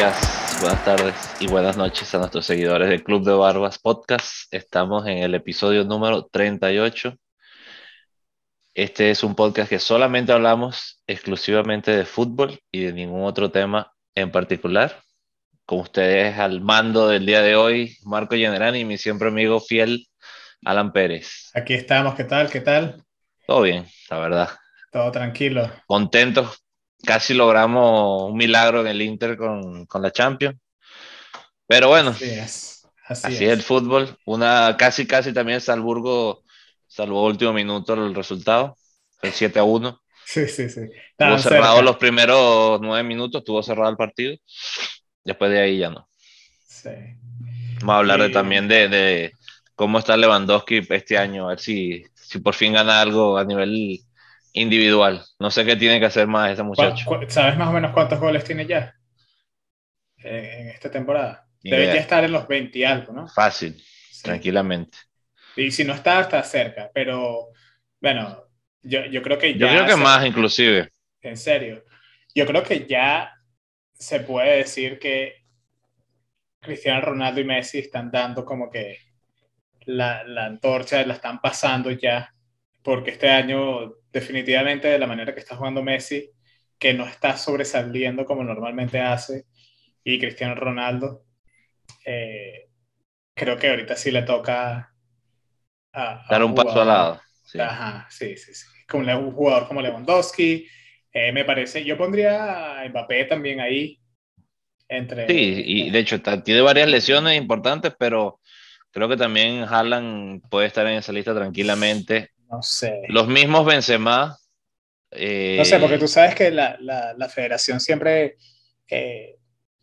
días, buenas tardes y buenas noches a nuestros seguidores del Club de Barbas Podcast. Estamos en el episodio número 38. Este es un podcast que solamente hablamos exclusivamente de fútbol y de ningún otro tema en particular. Con ustedes al mando del día de hoy, Marco Generani y mi siempre amigo fiel, Alan Pérez. Aquí estamos, ¿qué tal? ¿Qué tal? Todo bien, la verdad. Todo tranquilo. Contentos. Casi logramos un milagro en el Inter con la Champions. Pero bueno, Así es, así así es el es. fútbol. Casi también Salzburgo salvó a último minuto el resultado. Fue 7-1. Sí, sí, sí. Estuvo Estaban cerrado los cerca. primeros 9 minutos, estuvo cerrado el partido. Después de ahí ya no. Sí. Vamos a hablar Y también de cómo está Lewandowski este año, a ver si por fin gana algo a nivel individual. No sé qué tiene que hacer más ese muchacho. ¿sabes más o menos cuántos goles tiene ya en esta temporada? Ni Debe ya idea. estar en los 20 y algo, ¿no? Fácil, Sí. tranquilamente. Y si no está, está cerca. Pero bueno, yo creo que Yo creo ya que se, más inclusive. en serio, yo creo que ya se puede decir que Cristiano Ronaldo y Messi están dando como que la antorcha, la están pasando ya, porque este año definitivamente de la manera que está jugando Messi, que no está sobresaliendo como normalmente hace, y Cristiano Ronaldo, eh, creo que ahorita sí le toca a Dar un un paso al jugador, lado. Sí. ajá, sí, sí, sí, con un jugador como Lewandowski, me parece, yo pondría a Mbappé también ahí, Sí, entre, y de hecho tiene varias lesiones importantes, pero creo que también Haaland puede estar en esa lista tranquilamente. no sé. Los mismos Benzema, No sé, porque eh, tú sabes que la federación siempre eh,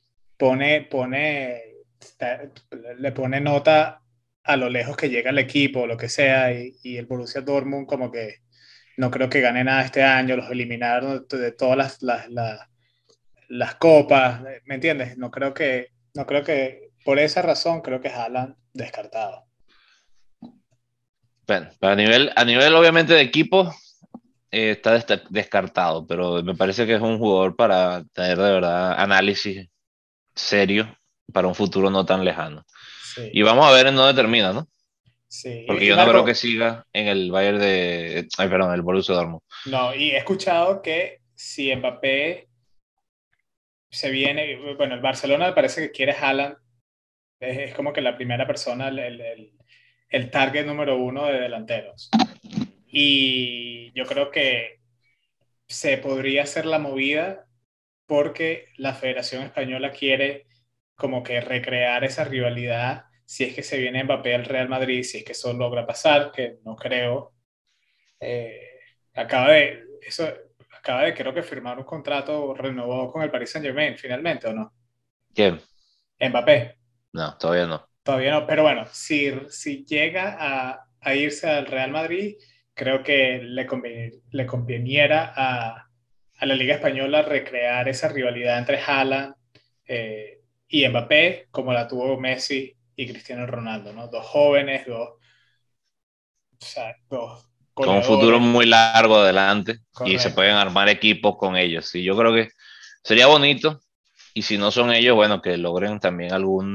le pone nota a lo lejos que llega el equipo o lo que sea, y el Borussia Dortmund como que no creo que gane nada este año, los eliminaron de todas las copas, ¿me entiendes? No creo que, por esa razón creo que Haaland descartado. bueno, a nivel obviamente de equipo, está descartado, pero me parece que es un jugador para tener de verdad análisis serio para un futuro no tan lejano. Y Sí, vamos a ver en dónde termina, ¿no? sí. Porque Y yo no creo que Marco, siga en el Bayern ay, perdón, el Borussia Dortmund. no, y he escuchado que si Mbappé se viene, bueno, el Barcelona me parece que quiere Haaland, es como que la primera persona, el target número uno de delanteros. Y yo creo que se podría hacer la movida porque la Federación Española quiere como que recrear esa rivalidad si es que se viene Mbappé al Real Madrid, si es que eso logra pasar, que no creo. Eh, eso, acaba de creo que firmar un contrato renovado con el Paris Saint-Germain finalmente, ¿o no? ¿Quién? Mbappé. No, todavía no. Todavía no, pero bueno, si llega a irse al Real Madrid, creo que le conveniera a la Liga Española recrear esa rivalidad entre Haaland y Mbappé, como la tuvo Messi y Cristiano Ronaldo, ¿no? Dos jóvenes, o sea, dos Con un futuro goleadores, muy largo adelante y se pueden correcto. armar equipos con ellos. Y yo creo que sería bonito. Y si no son ellos, bueno, que logren también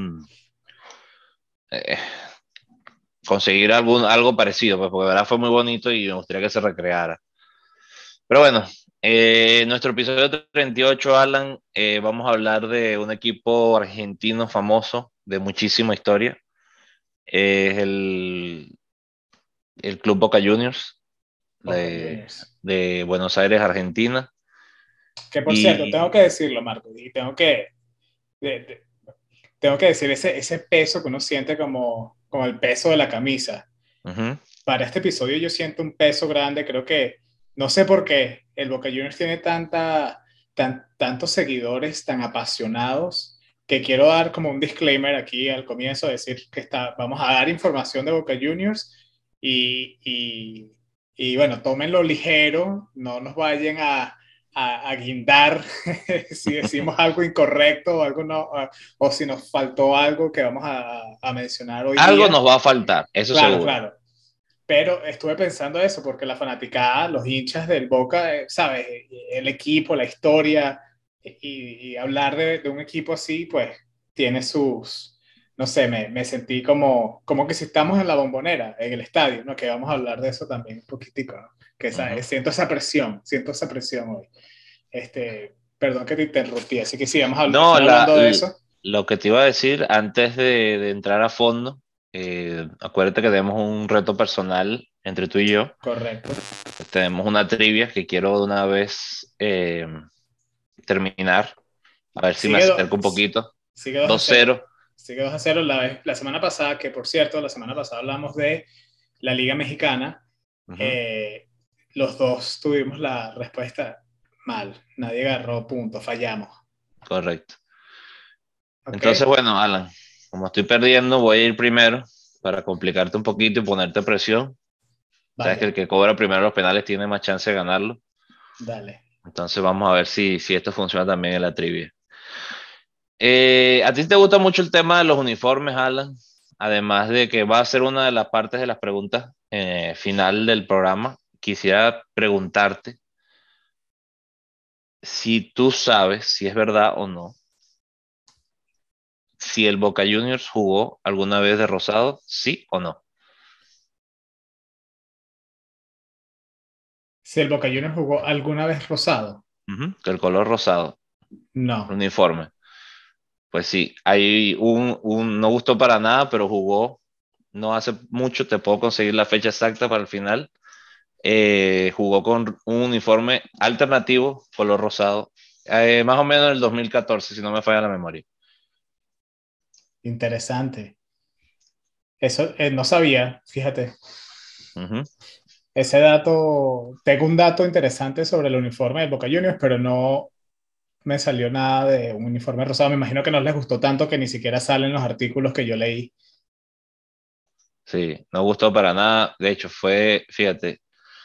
eh, conseguir algo parecido, pues porque de verdad fue muy bonito y me gustaría que se recreara. Pero bueno, nuestro episodio 38, Alan, vamos a hablar de un equipo argentino famoso de muchísima historia. Es el Club Boca Juniors Boca de, Juniors. de Buenos Aires, Argentina. Que por cierto, tengo Y que decirlo, Marco, y de- de- tengo que decir ese peso que uno siente como el peso de la camisa. ujú. Para este episodio yo siento un peso grande, creo que, no sé por qué, el Boca Juniors tiene tantos seguidores tan apasionados que quiero dar como un disclaimer aquí al comienzo, decir que vamos a dar información de Boca Juniors y, y, y bueno, tómenlo ligero, no nos vayan a guindar si decimos algo incorrecto o, algo no, o si nos faltó algo que vamos a mencionar hoy Algo día. nos va a faltar, eso Claro, seguro. claro. Pero estuve pensando eso, porque la fanaticada, los hinchas del Boca, ¿sabes? El equipo, la historia, y hablar de un equipo así, pues tiene sus, no sé, me sentí como que si estamos en la Bombonera, en el estadio, ¿no? Que vamos a hablar de eso también un poquitico, ¿no? Que Ujú. siento esa presión hoy. Perdón que te interrumpí, así que sí, vamos a No, estar hablando de eso. lo que te iba a decir antes de entrar a fondo, acuérdate que tenemos un reto personal entre tú y yo. Correcto. Tenemos una trivia que quiero de una vez terminar, a ver si me Sigue, do- acerco un poquito. sigue 2 a Dos cero. cero. Sigue 2 a cero. La semana pasada, que por cierto, la semana pasada hablamos de la Liga Mexicana. Ujú, Eh, los dos tuvimos la respuesta mal. Nadie agarró punto, fallamos. correcto. ¿Ok? Entonces, bueno, Alan, como estoy perdiendo, voy a ir primero para complicarte un poquito y ponerte presión. Sabes que Vale, el que cobra primero los penales tiene más chance de ganarlo. dale. Entonces vamos a ver si esto funciona también en la trivia. ¿A ti te gusta mucho el tema de los uniformes, Alan? Además de que va a ser una de las partes de las preguntas final del programa, quisiera preguntarte si tú sabes si es verdad o no, si el Boca Juniors jugó alguna vez de rosado, sí o no. Si el Boca Juniors jugó alguna vez rosado, Ujú, que el color rosado, el no. uniforme. Pues sí, hay no gustó para nada, pero jugó no hace mucho, te puedo conseguir la fecha exacta para el final. Jugó con un uniforme alternativo, color rosado, más o menos en el 2014, si no me falla la memoria. Interesante. Eso no sabía, fíjate. Ujú. Ese dato, tengo un dato interesante sobre el uniforme del Boca Juniors, pero no me salió nada de un uniforme rosado. Me imagino que no les gustó tanto que ni siquiera salen los artículos que yo leí. Sí, no gustó para nada. De hecho, fíjate,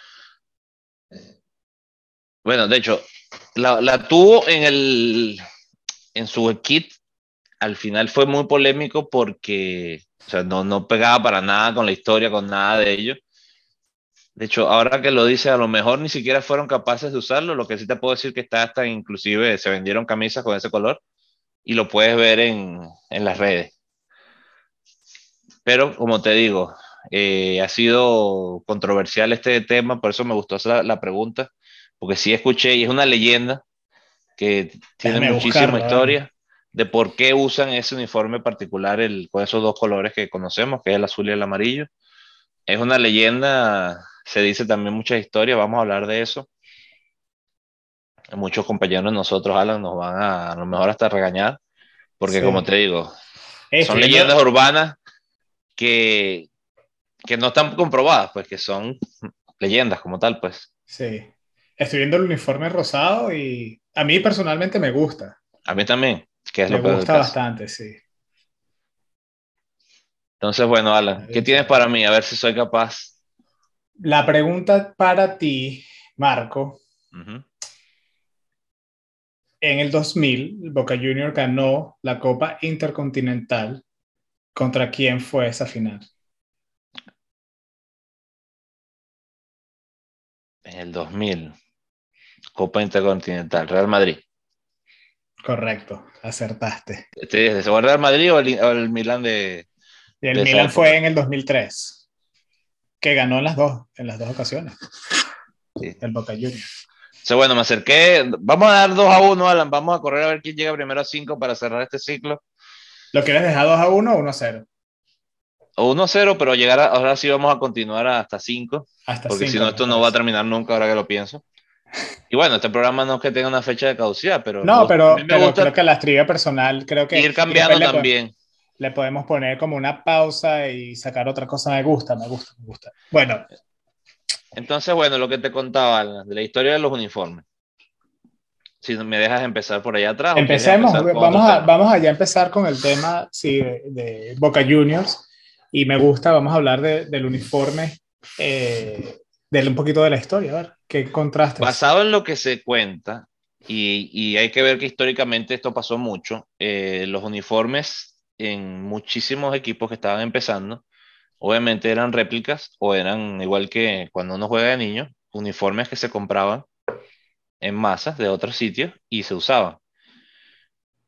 bueno, de hecho, la tuvo en su kit. Al final fue muy polémico porque, o sea, no pegaba para nada con la historia, con nada de ello. De hecho, ahora que lo dice, a lo mejor ni siquiera fueron capaces de usarlo. Lo que sí te puedo decir que está hasta inclusive se vendieron camisas con ese color y lo puedes ver en las redes. Pero como te digo, ha sido controversial este tema, por eso me gustó hacer la pregunta, porque sí escuché y es una leyenda que tiene Déjame muchísima buscarlo, a ver. historia de por qué usan ese uniforme particular con esos dos colores que conocemos, que es el azul y el amarillo. Es una leyenda, se dice también muchas historias, vamos a hablar de eso. Muchos compañeros de nosotros, Alan, nos van a lo mejor hasta regañar, porque como Sí. te digo, Estoy son viendo, leyendas urbanas que, que no están comprobadas, pues que son leyendas como tal, pues. sí. Estoy viendo el uniforme rosado y a mí personalmente me gusta. A mí también, que es Me lo peor del gusta caso. bastante, sí. Entonces, bueno, Está Alan, ¿qué bien tienes chévere. para mí? A ver si soy capaz. La pregunta para ti, Marco. Ujú. En el 2000, Boca Juniors ganó la Copa Intercontinental. ¿Contra quién fue esa final? En el 2000, Copa Intercontinental, Real Madrid. Correcto, acertaste. ¿Se va Real Madrid o el Milan Y el de esa Milan fue época? en el 2003, que ganó en las dos ocasiones, Sí. el Boca Juniors. Entonces, bueno, me acerqué. Vamos a dar 2-1, Alan. Vamos a correr a ver quién llega primero a 5 para cerrar este ciclo. ¿Lo quieres dejar 2-1 o 1-0? O 1-0, pero ahora sí vamos a continuar hasta 5, Hasta porque si 5 no, me esto no va a parece. terminar nunca, ahora que lo pienso. Y bueno, este programa no es que tenga una fecha de caducidad, pero No, a mí me pero creo gusta que la trivia personal, creo que ir y después cambiando también. le podemos poner como una pausa y sacar otra cosa. Me gusta, me gusta, me gusta. Bueno, Entonces, bueno, lo que te contaba, Alan, de la historia de los uniformes. Si me dejas empezar por allá atrás o quieres empecemos. empezar con otro tema. Vamos allá a empezar con el tema sí, de Boca Juniors. Y me gusta, vamos a hablar del uniforme, de un poquito de la historia. A ver, ¿qué contrastes? Basado en lo que se cuenta, y hay que ver que históricamente esto pasó mucho, los uniformes en muchísimos equipos que estaban empezando, obviamente eran réplicas o eran igual que cuando uno juega de niño, uniformes que se compraban en masas de otros sitios y se usaban.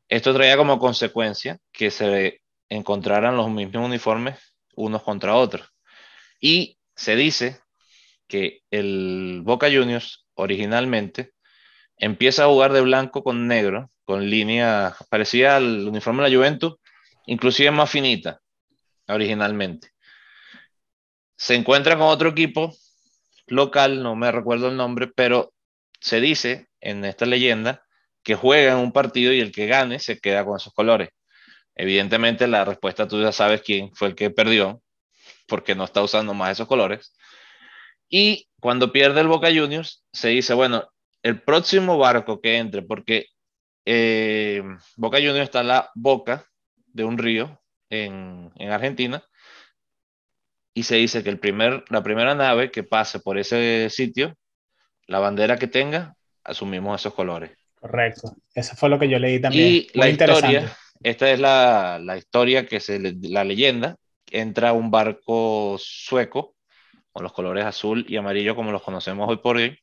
Esto traía como consecuencia que se encontraran los mismos uniformes unos contra otros. Y se dice que el Boca Juniors originalmente empieza a jugar de blanco con negro, con líneas parecidas al uniforme de la Juventus, inclusive más finita originalmente. Se encuentra con otro equipo local, no me recuerdo el nombre, pero se dice en esta leyenda que juegan un partido y el que gane se queda con esos colores. Evidentemente la respuesta tú ya sabes quién fue el que perdió, porque no está usando más esos colores. Y cuando pierde el Boca Juniors, se dice, bueno, el próximo barco que entre, porque Boca Juniors está en la boca de un río en Argentina, y se dice que la primera nave que pase por ese sitio, la bandera que tenga, asumimos esos colores. Correcto. Eso fue lo que yo leí también. Y la Muy historia, interesante. esta es la historia la leyenda, entra un barco sueco con los colores azul y amarillo como los conocemos hoy por hoy.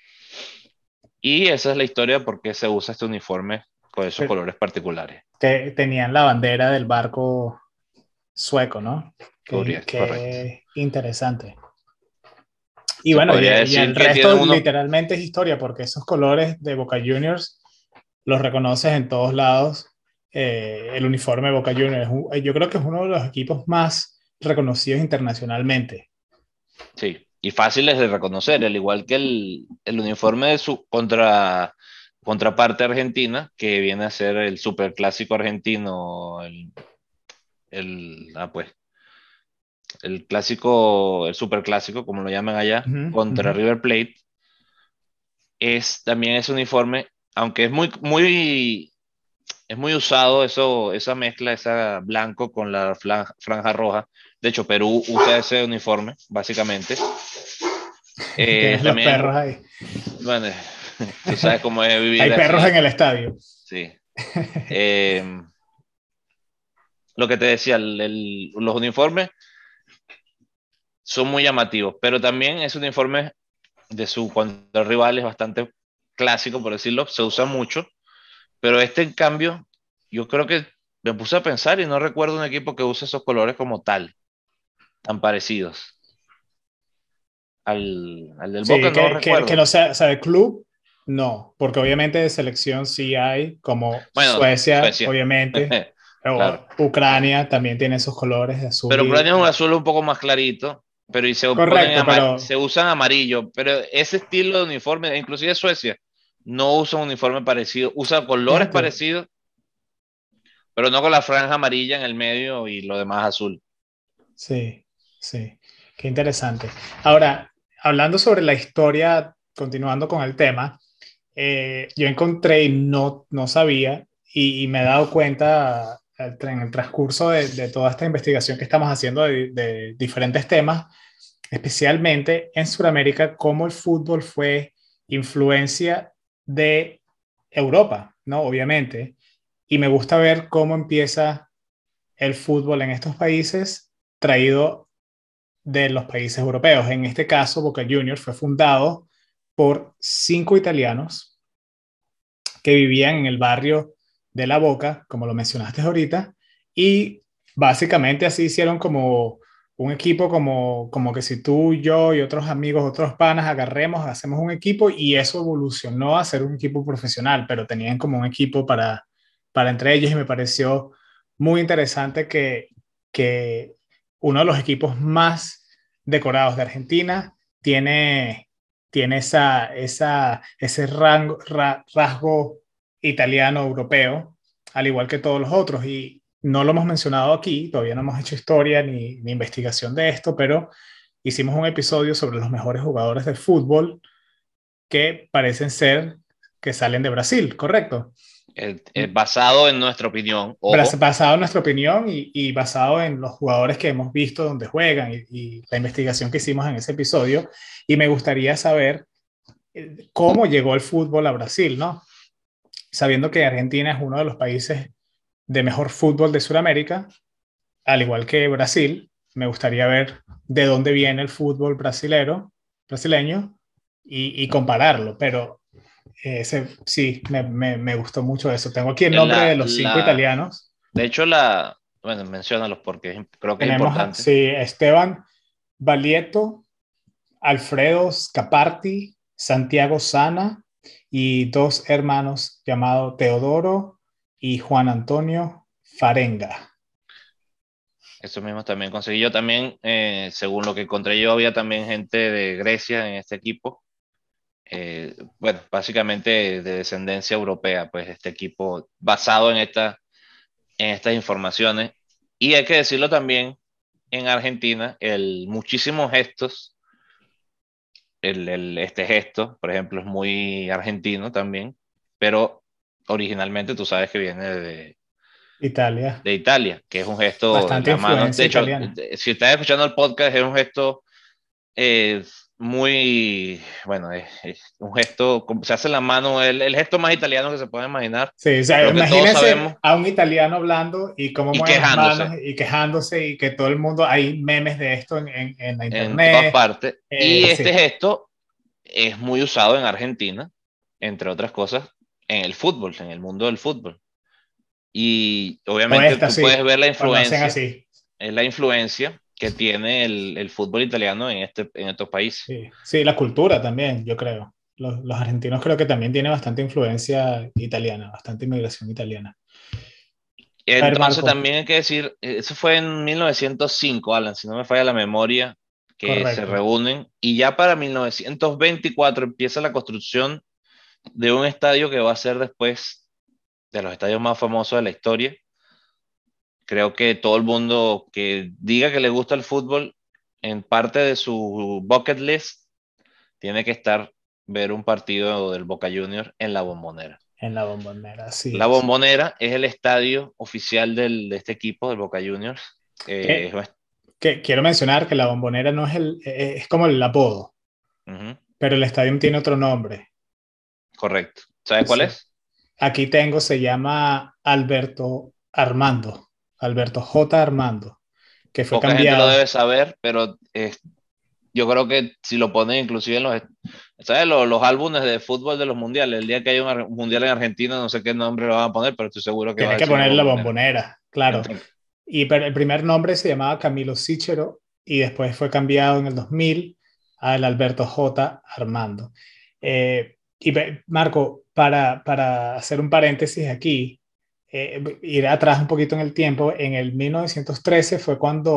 Y esa es la historia de por qué se usa este uniforme con esos Pero colores particulares. tenían la bandera del barco sueco, ¿no? Correcto. Qué interesante. Y Se bueno, podría y el decir que tienen resto unos, literalmente es historia, porque esos colores de Boca Juniors los reconoces en todos lados. El uniforme de Boca Juniors, yo creo que es uno de los equipos más reconocidos internacionalmente. sí, y fáciles de reconocer, al igual que el uniforme de su contraparte argentina, que viene a ser el superclásico argentino, pues, el clásico, el superclásico, como lo llaman allá, Ujú, contra ujú. River Plate, es también ese uniforme, aunque es muy usado esa mezcla, esa blanco con la franja roja. De hecho, Perú usa ese uniforme, básicamente. Tienes los También, perros ahí. bueno, tú sabes cómo es vivir Hay perros en así. el estadio. Sí. Eh, lo que te decía, los uniformes son muy llamativos, pero también ese uniforme de su contra el rival es bastante clásico, por decirlo, se usa mucho, pero este en cambio, yo creo que me puse a pensar y no recuerdo un equipo que use esos colores como tal, tan parecidos. Al del Boca Sí, no que recuerdo. no sea, sabe, club, no, porque obviamente de selección sí hay, como Bueno, Suecia, Suecia, obviamente, claro. o Ucrania también tiene esos colores de azul Pero y... Ucrania es un azul un poco más clarito, pero y Correcto, se pero usan amarillo, pero ese estilo de uniforme, inclusive Suecia, no usa un uniforme parecido, usa colores fíjate, parecidos, pero no con la franja amarilla en el medio y lo demás azul. sí, sí, qué interesante. Ahora, hablando sobre la historia, continuando con el tema, yo encontré y no sabía y me he dado cuenta en el transcurso de toda esta investigación que estamos haciendo de diferentes temas, especialmente en Sudamérica, cómo el fútbol fue influencia de Europa, ¿no? Obviamente. Y me gusta ver cómo empieza el fútbol en estos países traído de los países europeos. En este caso, Boca Juniors fue fundado por 5 italianos que vivían en el barrio de La Boca, como lo mencionaste ahorita, y básicamente así hicieron como un equipo, como que si tú, yo y otros amigos, otros panas agarremos, hacemos un equipo y eso evolucionó a ser un equipo profesional, pero tenían como un equipo para entre ellos y me pareció muy interesante que uno de los equipos más decorados de Argentina tiene ese rasgo italiano-europeo, al igual que todos los otros. Y no lo hemos mencionado aquí, todavía no hemos hecho historia ni investigación de esto, pero hicimos un episodio sobre los mejores jugadores de fútbol que parecen ser que salen de Brasil, ¿correcto? Basado en nuestra opinión, ojo. Basado en nuestra opinión y basado en los jugadores que hemos visto donde juegan y la investigación que hicimos en ese episodio. Y me gustaría saber cómo llegó el fútbol a Brasil, ¿no? Sabiendo que Argentina es uno de los países de mejor fútbol de Sudamérica, al igual que Brasil, me gustaría ver de dónde viene el fútbol brasileño y compararlo. Pero Sí, me gustó mucho eso. Tengo aquí el En nombre de los 5 italianos. de hecho, bueno, menciónalos porque creo que es Tenemos, importante. sí, Esteban Balieto, Alfredo Scaparti, Santiago Sana y dos hermanos llamados Teodoro y Juan Antonio Farenga. Eso mismo también conseguí. Yo también, según lo que encontré yo, había también gente de Grecia en este equipo. Bueno, básicamente de descendencia europea, pues este equipo basado en estas informaciones. Y hay que decirlo también, en Argentina, muchísimos gestos, este gesto, por ejemplo, es muy argentino también, pero originalmente tú sabes que viene Italia. de Italia, que es un gesto de Bastante la mano. De influencia hecho, italiana. si estás escuchando el podcast, es un gesto eh, muy, bueno, es un gesto, como se hace en la mano, el gesto más italiano que se puede imaginar. Sí, o sea, Creo que todos imagínense sabemos, a un italiano hablando y cómo y mueve las manos quejándose y quejándose y que todo el mundo, hay memes de esto en la en todas internet. partes. Y este Sí, gesto es muy usado en Argentina, entre otras cosas, en el fútbol, en el mundo del fútbol. Y o obviamente esta tú puedes sí, ver la cuando hacen influencia, así. es la influencia que tiene el fútbol italiano en estos países. Sí, sí, la cultura también, yo creo. Los argentinos creo que también tienen bastante influencia italiana, bastante inmigración italiana. A ver, Entonces Marco, también hay que decir, eso fue en 1905, Alan, si no me falla la memoria, que se correcto. reúnen y ya para 1924 empieza la construcción de un estadio que va a ser después de los estadios más famosos de la historia. Creo que todo el mundo que diga que le gusta el fútbol, en parte de su bucket list, tiene que estar ver un partido del Boca Juniors en la Bombonera. En la Bombonera, así La es. Bombonera es el estadio oficial de este equipo, del Boca Juniors. Que, Eh, que quiero mencionar que la Bombonera no es es como el apodo, Ujú, pero el estadio tiene otro nombre. correcto. ¿Sabes cuál Sí. es? Aquí tengo, se llama Alberto Armando, Alberto J. Armando, que fue Poca gente lo cambiado. debe saber, pero yo creo que si lo ponen inclusive en ¿sabes? Los álbumes de fútbol de los mundiales, el día que haya un mundial en Argentina, no sé qué nombre lo van a poner, pero estoy seguro que va a Tiene que decir la poner la Bombonera. Bombonera, claro. Entre- Pero el primer nombre se llamaba Camilo Cícero y después fue cambiado en el 2000 al Alberto J. Armando. Marco, para hacer un paréntesis aquí, ir atrás un poquito en el tiempo, en el 1913 fue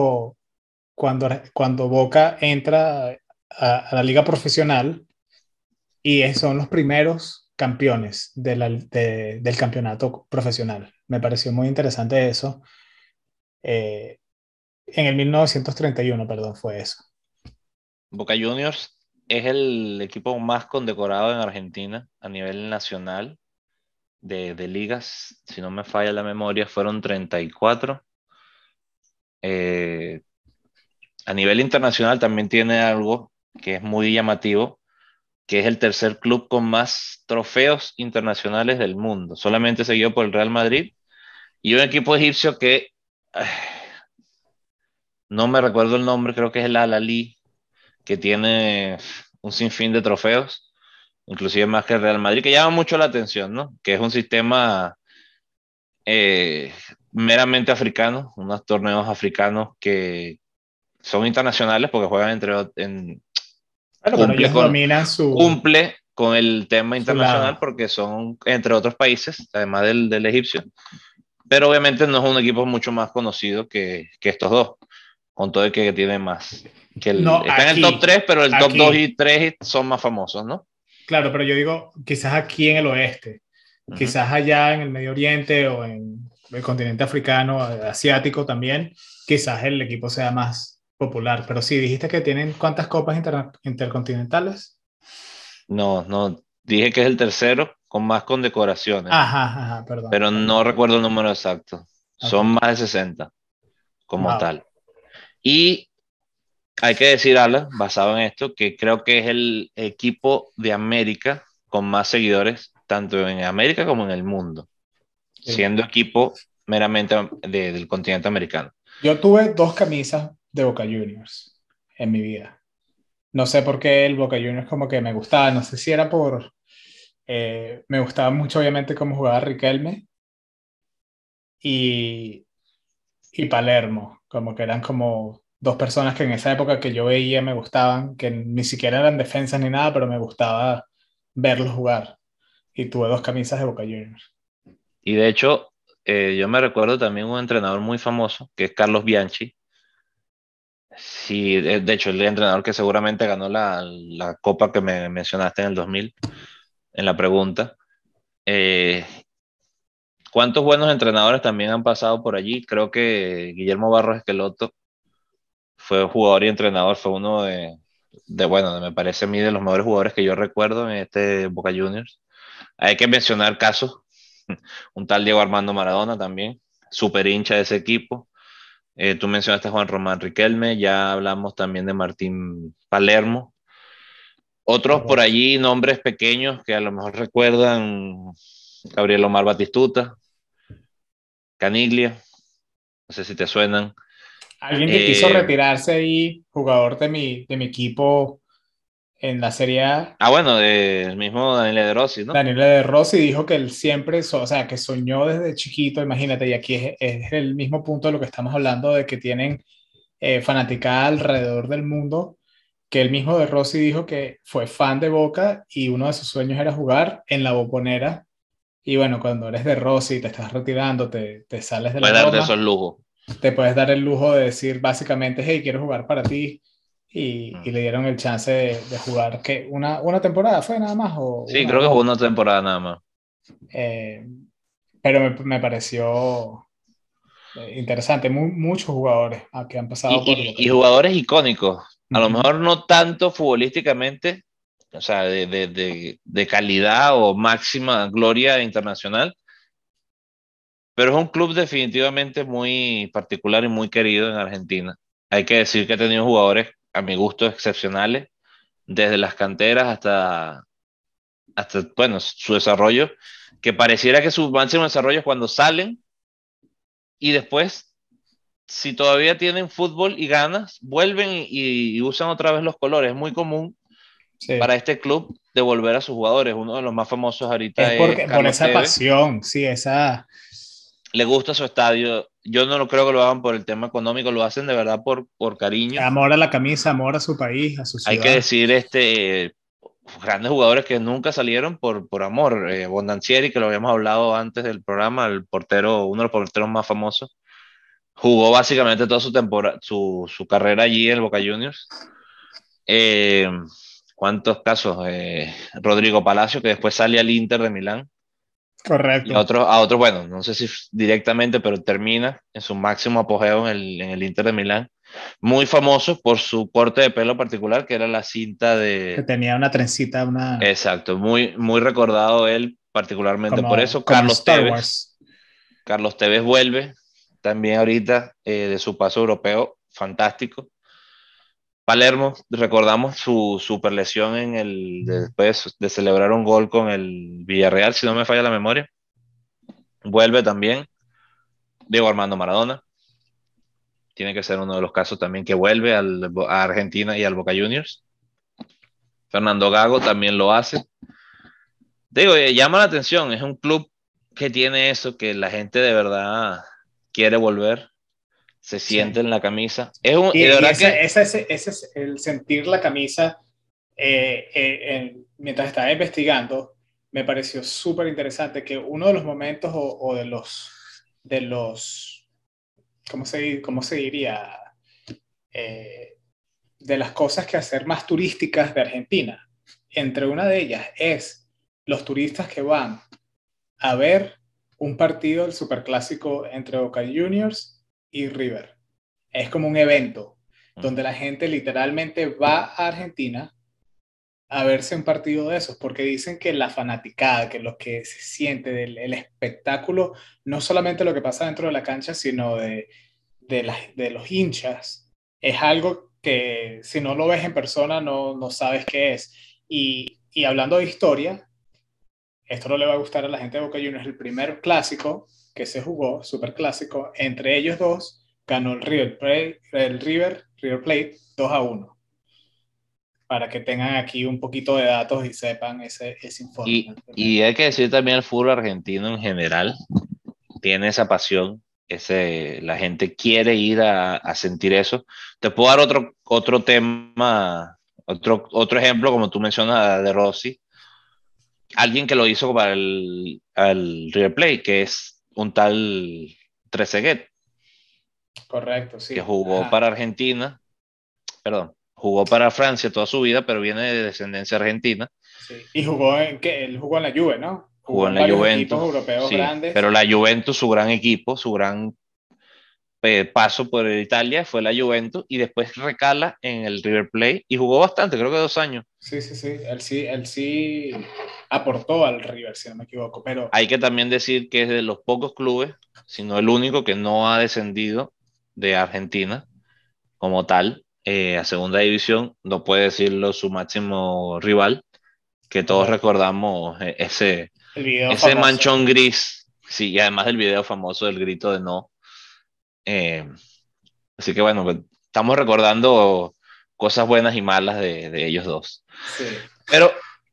cuando Boca entra a la liga profesional y son los primeros campeones del campeonato profesional. Me pareció muy interesante eso. Eh, en el 1931, perdón, fue eso. Boca Juniors es el equipo más condecorado en Argentina a nivel nacional de ligas. Si no me falla la memoria, fueron 34. Eh, a nivel internacional también tiene algo que es muy llamativo, que es el tercer club con más trofeos internacionales del mundo, solamente seguido por el Real Madrid y un equipo egipcio que no me recuerdo el nombre, creo que es el Al-Ahly, que tiene un sinfín de trofeos, inclusive más que el Real Madrid, que llama mucho la atención, ¿no? Que es un sistema eh, meramente africano, unos torneos africanos que son internacionales porque juegan Bueno, pero cumple ellos con, dominan cumple con el tema su internacional lado. porque son entre otros países, además del egipcio, pero obviamente no es un equipo mucho más conocido que estos dos, con todo el que tiene más. No, Está en el top 3 pero el top 2 aquí, y 3 son más famosos, ¿no? claro, pero yo digo, quizás aquí en el oeste, Ujú. quizás allá en el Medio Oriente o en el continente africano, asiático también, quizás el equipo sea más popular. Pero sí, dijiste que tienen cuántas copas intercontinentales. No, no, dije que es el tercero con más condecoraciones, Ajá, ajá, perdón, pero no perdón. recuerdo el número exacto. Ok, Son más de 60 como wow. tal. Y hay que decir, Alan, basado en esto, que creo que es el equipo de América con más seguidores, tanto en América como en el mundo, Sí. siendo equipo meramente del continente americano. Yo tuve dos camisas de Boca Juniors en mi vida. No sé por qué el Boca Juniors como que me gustaba, no sé si era Me gustaba mucho, obviamente, cómo jugaba Riquelme y, y Palermo, como que eran como dos personas que en esa época que yo veía me gustaban, que ni siquiera eran defensas ni nada, pero me gustaba verlos jugar. Y tuve dos camisas de Boca Juniors. Y de hecho, yo me recuerdo también un entrenador muy famoso, que es Carlos Bianchi. Sí, de hecho, el entrenador que seguramente ganó la copa que me mencionaste en el 2000, en la pregunta. Eh, ¿Cuántos buenos entrenadores también han pasado por allí? Creo que Guillermo Barros Esqueloto fue jugador y entrenador, fue uno bueno, me parece a mí de los mejores jugadores que yo recuerdo en este Boca Juniors. Hay que mencionar casos, un tal Diego Armando Maradona también, súper hincha de ese equipo. Tú mencionaste a Juan Román Riquelme, ya hablamos también de Martín Palermo. Otros por Correcto. allí, nombres pequeños que a lo mejor recuerdan, Gabriel Omar Batistuta, Caniglia, no sé si te suenan. Alguien que quiso Eh, retirarse y jugador de mi equipo en la Serie A, bueno, el mismo Daniele De Rossi, ¿no? Daniel De Rossi, dijo que él siempre, o sea, que soñó desde chiquito, imagínate, y aquí es el mismo punto de lo que estamos hablando, de que tienen fanaticada alrededor del mundo, que el mismo De Rossi dijo que fue fan de Boca y uno de sus sueños era jugar en la Bombonera. Y bueno, cuando eres De Rossi y te estás retirando, te sales de la Puedes darte Roma, esos lujos. te puedes dar el lujo de decir básicamente, hey, quiero jugar para ti. Y Mm. le dieron el chance de jugar, que una temporada fue nada más, o Sí, una o creo que jugó dos. una temporada nada más. Eh, pero me pareció interesante. Muchos jugadores que han pasado por Boca Y Juniors. jugadores icónicos, a lo Ujú. mejor no tanto futbolísticamente, o sea, de calidad o máxima gloria internacional, pero es un club definitivamente muy particular y muy querido en Argentina. Hay que decir que ha tenido jugadores, a mi gusto, excepcionales, desde las canteras hasta bueno, su desarrollo, que pareciera que su máximo desarrollo es cuando salen y después, si todavía tienen fútbol y ganas, vuelven y usan otra vez los colores. Es muy común para Sí. este club de volver a sus jugadores. Uno de los más famosos Es ahorita es porque, por Carlos esa Tevez. pasión, sí, esa. Le gusta su estadio. Yo no lo creo que lo hagan por el tema económico, lo hacen de verdad por cariño. Amor a la camisa, amor a su país, a su Hay que ciudad. decir, grandes jugadores que nunca salieron por amor. Bondancieri, que lo habíamos hablado antes del programa, el portero, uno de los porteros más famosos, jugó básicamente toda su temporada, su carrera allí en el Boca Juniors. Eh, ¿Cuántos casos? Rodrigo Palacio, que después sale al Inter de Milán. Y Correcto. a otros, bueno, no sé si directamente, pero termina en su máximo apogeo en el Inter de Milán. Muy famoso por su corte de pelo particular, que era la cinta Que de... tenía una trencita, Exacto, muy, muy recordado él particularmente por como, eso. como en Carlos Star Tevez. Wars. Carlos Tevez vuelve también ahorita de su paso europeo, fantástico. Palermo, recordamos su super lesión después de celebrar un gol con el Villarreal, si no me falla la memoria. Vuelve también. Diego Armando Maradona, tiene que ser uno de los casos también que vuelve a Argentina y al Boca Juniors. Fernando Gago también lo hace. Digo, llama la atención, es un club que tiene eso, que la gente de verdad quiere volver, se Sí. siente en la camisa. De Y verdad que ese es el sentir la camisa. Mientras estaba investigando, me pareció súper interesante que uno de los momentos o de los, ¿cómo se diría? Eh, de las cosas que hacer más turísticas de Argentina. Entre una de ellas es los turistas que van a ver un partido del superclásico entre Boca Juniors y River. Es como un evento donde la gente literalmente va a Argentina a verse un partido de esos, porque dicen que la fanaticada, que lo que se siente del el espectáculo, no solamente lo que pasa dentro de la cancha, sino de los hinchas, es algo que si no lo ves en persona no sabes qué es. Y hablando de historia, esto no le va a gustar a la gente de Boca Juniors, el primer clásico que se jugó, super clásico, entre ellos dos, ganó el River Plate 2-1. para que tengan aquí un poquito de datos y sepan ese informe. Y hay que decir también el fútbol argentino en general tiene esa pasión, la gente quiere ir a sentir eso. Te puedo dar otro tema, otro ejemplo, como tú mencionas, de Rossi, alguien que lo hizo para el River Plate, que es un tal Trezeguet, Correcto, que sí. jugó Ajá. para Argentina, perdón, jugó para Francia toda su vida, pero viene de descendencia argentina. Sí. Y jugó en que él jugó en la Juve, ¿no? Jugó Jugó en en la varios equipos Juventus, europeos sí, grandes. pero la Juventus, su gran equipo, su gran paso por Italia fue la Juventus y después recala en el River Plate y jugó bastante, creo que 2 años. Sí, sí, sí. Él sí aportó al River, si no me equivoco. Pero Hay que también decir que es de los pocos clubes, sino el único que no ha descendido de Argentina como tal a segunda división, no puede decirlo su máximo rival, que todos correcto. recordamos El video ese famoso. manchón gris, sí, y además del video famoso del grito de no. Eh, Así que bueno, pues, estamos recordando cosas buenas y malas de ellos dos. Sí. Pero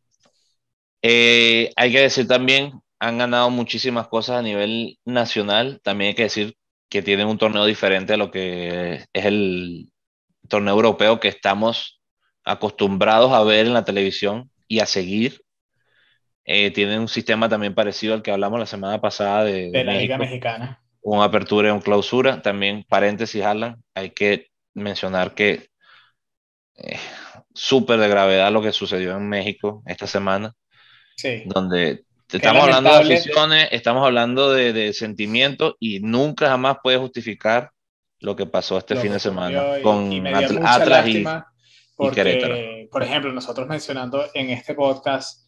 hay que decir también, han ganado muchísimas cosas a nivel nacional. También hay que decir que tienen un torneo diferente a lo que es el torneo europeo que estamos acostumbrados a ver en la televisión y a seguir. Tienen un sistema también parecido al que hablamos la semana pasada de De la Liga México, Mexicana. una apertura y una clausura. También, paréntesis, Alan, hay que mencionar que eh, súper de gravedad lo que sucedió en México esta semana, Sí. donde Qué estamos hablando de lamentable. aficiones, estamos hablando de sentimientos y nunca jamás puede justificar lo que pasó este Lo fin que de semana ocurrió y con me dio mucha Atlas lástima y Querétaro. porque, por ejemplo, nosotros mencionando en este podcast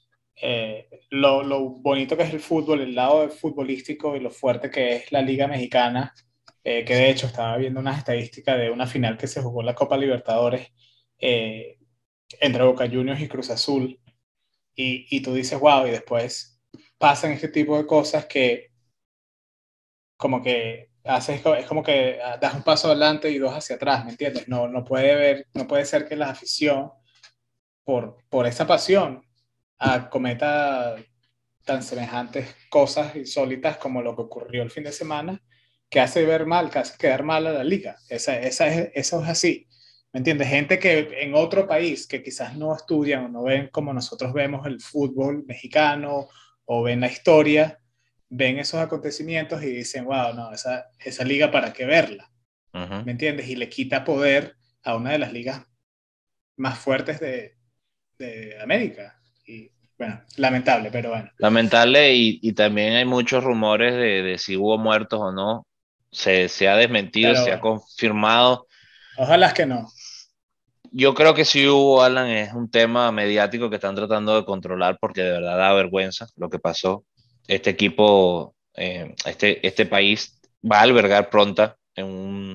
lo bonito que es el fútbol, el lado futbolístico y lo fuerte que es la Liga Mexicana, que de hecho estaba viendo unas estadísticas de una final que se jugó en la Copa Libertadores eh, entre Boca Juniors y Cruz Azul y tú dices, wow, y después pasan este tipo de cosas que como que haces, es como que das un paso adelante y dos hacia atrás, ¿me entiendes? No, no puede ser que la afición, por esa pasión, cometa tan semejantes cosas insólitas como lo que ocurrió el fin de semana, que hace ver mal, que hace quedar mal a la liga. Eso es así. ¿Me entiendes? Gente que en otro país que quizás no estudian o no ven como nosotros vemos el fútbol mexicano o ven la historia, ven esos acontecimientos y dicen, wow, no, esa liga para qué verla, Ujú. ¿me entiendes? Y le quita poder a una de las ligas más fuertes de América. Y bueno, lamentable, pero bueno. Lamentable y también hay muchos rumores de si hubo muertos o no. Se ha desmentido, Pero se ha bueno, confirmado. ojalá que no. Yo creo que sí hubo, Alan, es un tema mediático que están tratando de controlar porque de verdad da vergüenza lo que pasó. Este equipo, este país va a albergar pronta en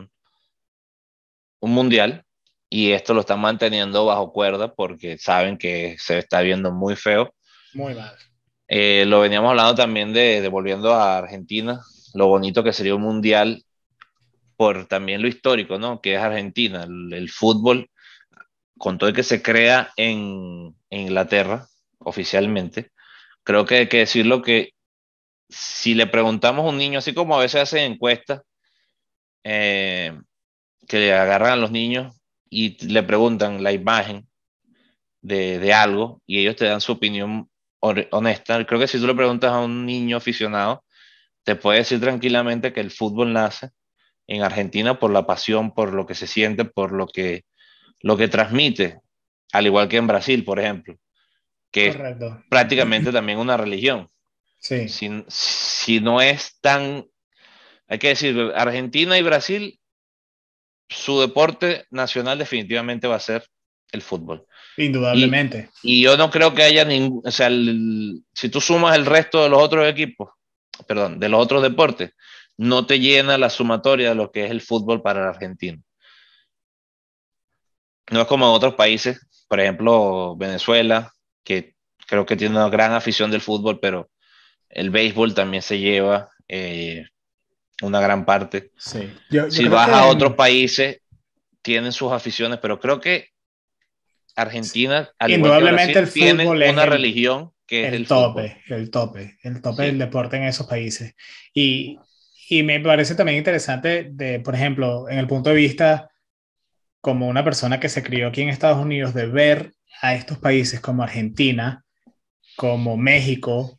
un mundial y esto lo están manteniendo bajo cuerda porque saben que se está viendo muy feo. Muy mal. Lo veníamos hablando también de volviendo a Argentina, lo bonito que sería un mundial por también lo histórico, ¿no? Que es Argentina, el fútbol con todo el que se crea en Inglaterra oficialmente, creo que hay que decirlo que si le preguntamos a un niño, así como a veces hacen encuestas, eh, que le agarran a los niños y le preguntan la imagen de algo y ellos te dan su opinión honesta, creo que si tú le preguntas a un niño aficionado, te puede decir tranquilamente que el fútbol nace en Argentina por la pasión, por lo que se siente, por lo que transmite, al igual que en Brasil, por ejemplo, que es Correcto. prácticamente también una religión. Sí, Si no es tan, hay que decir, Argentina y Brasil, su deporte nacional definitivamente va a ser el fútbol. Y, indudablemente. y yo no creo que haya ningún, o sea, si tú sumas el resto de los otros equipos, perdón, de los otros deportes, no te llena la sumatoria de lo que es el fútbol para el argentino. No es como en otros países, por ejemplo, Venezuela, que creo que tiene una gran afición del fútbol, pero el béisbol también se lleva una gran parte. Sí. Yo Si creo vas a que otros países, tienen sus aficiones, pero creo que Argentina, al igual que Indudablemente el Brasil, tienen fútbol es una religión que es el el fútbol. tope, el tope, el tope del Sí, deporte en esos países. Y, y me parece también interesante de, por ejemplo, en el punto de vista como una persona que se crió aquí en Estados Unidos, de ver a estos países como Argentina, como México,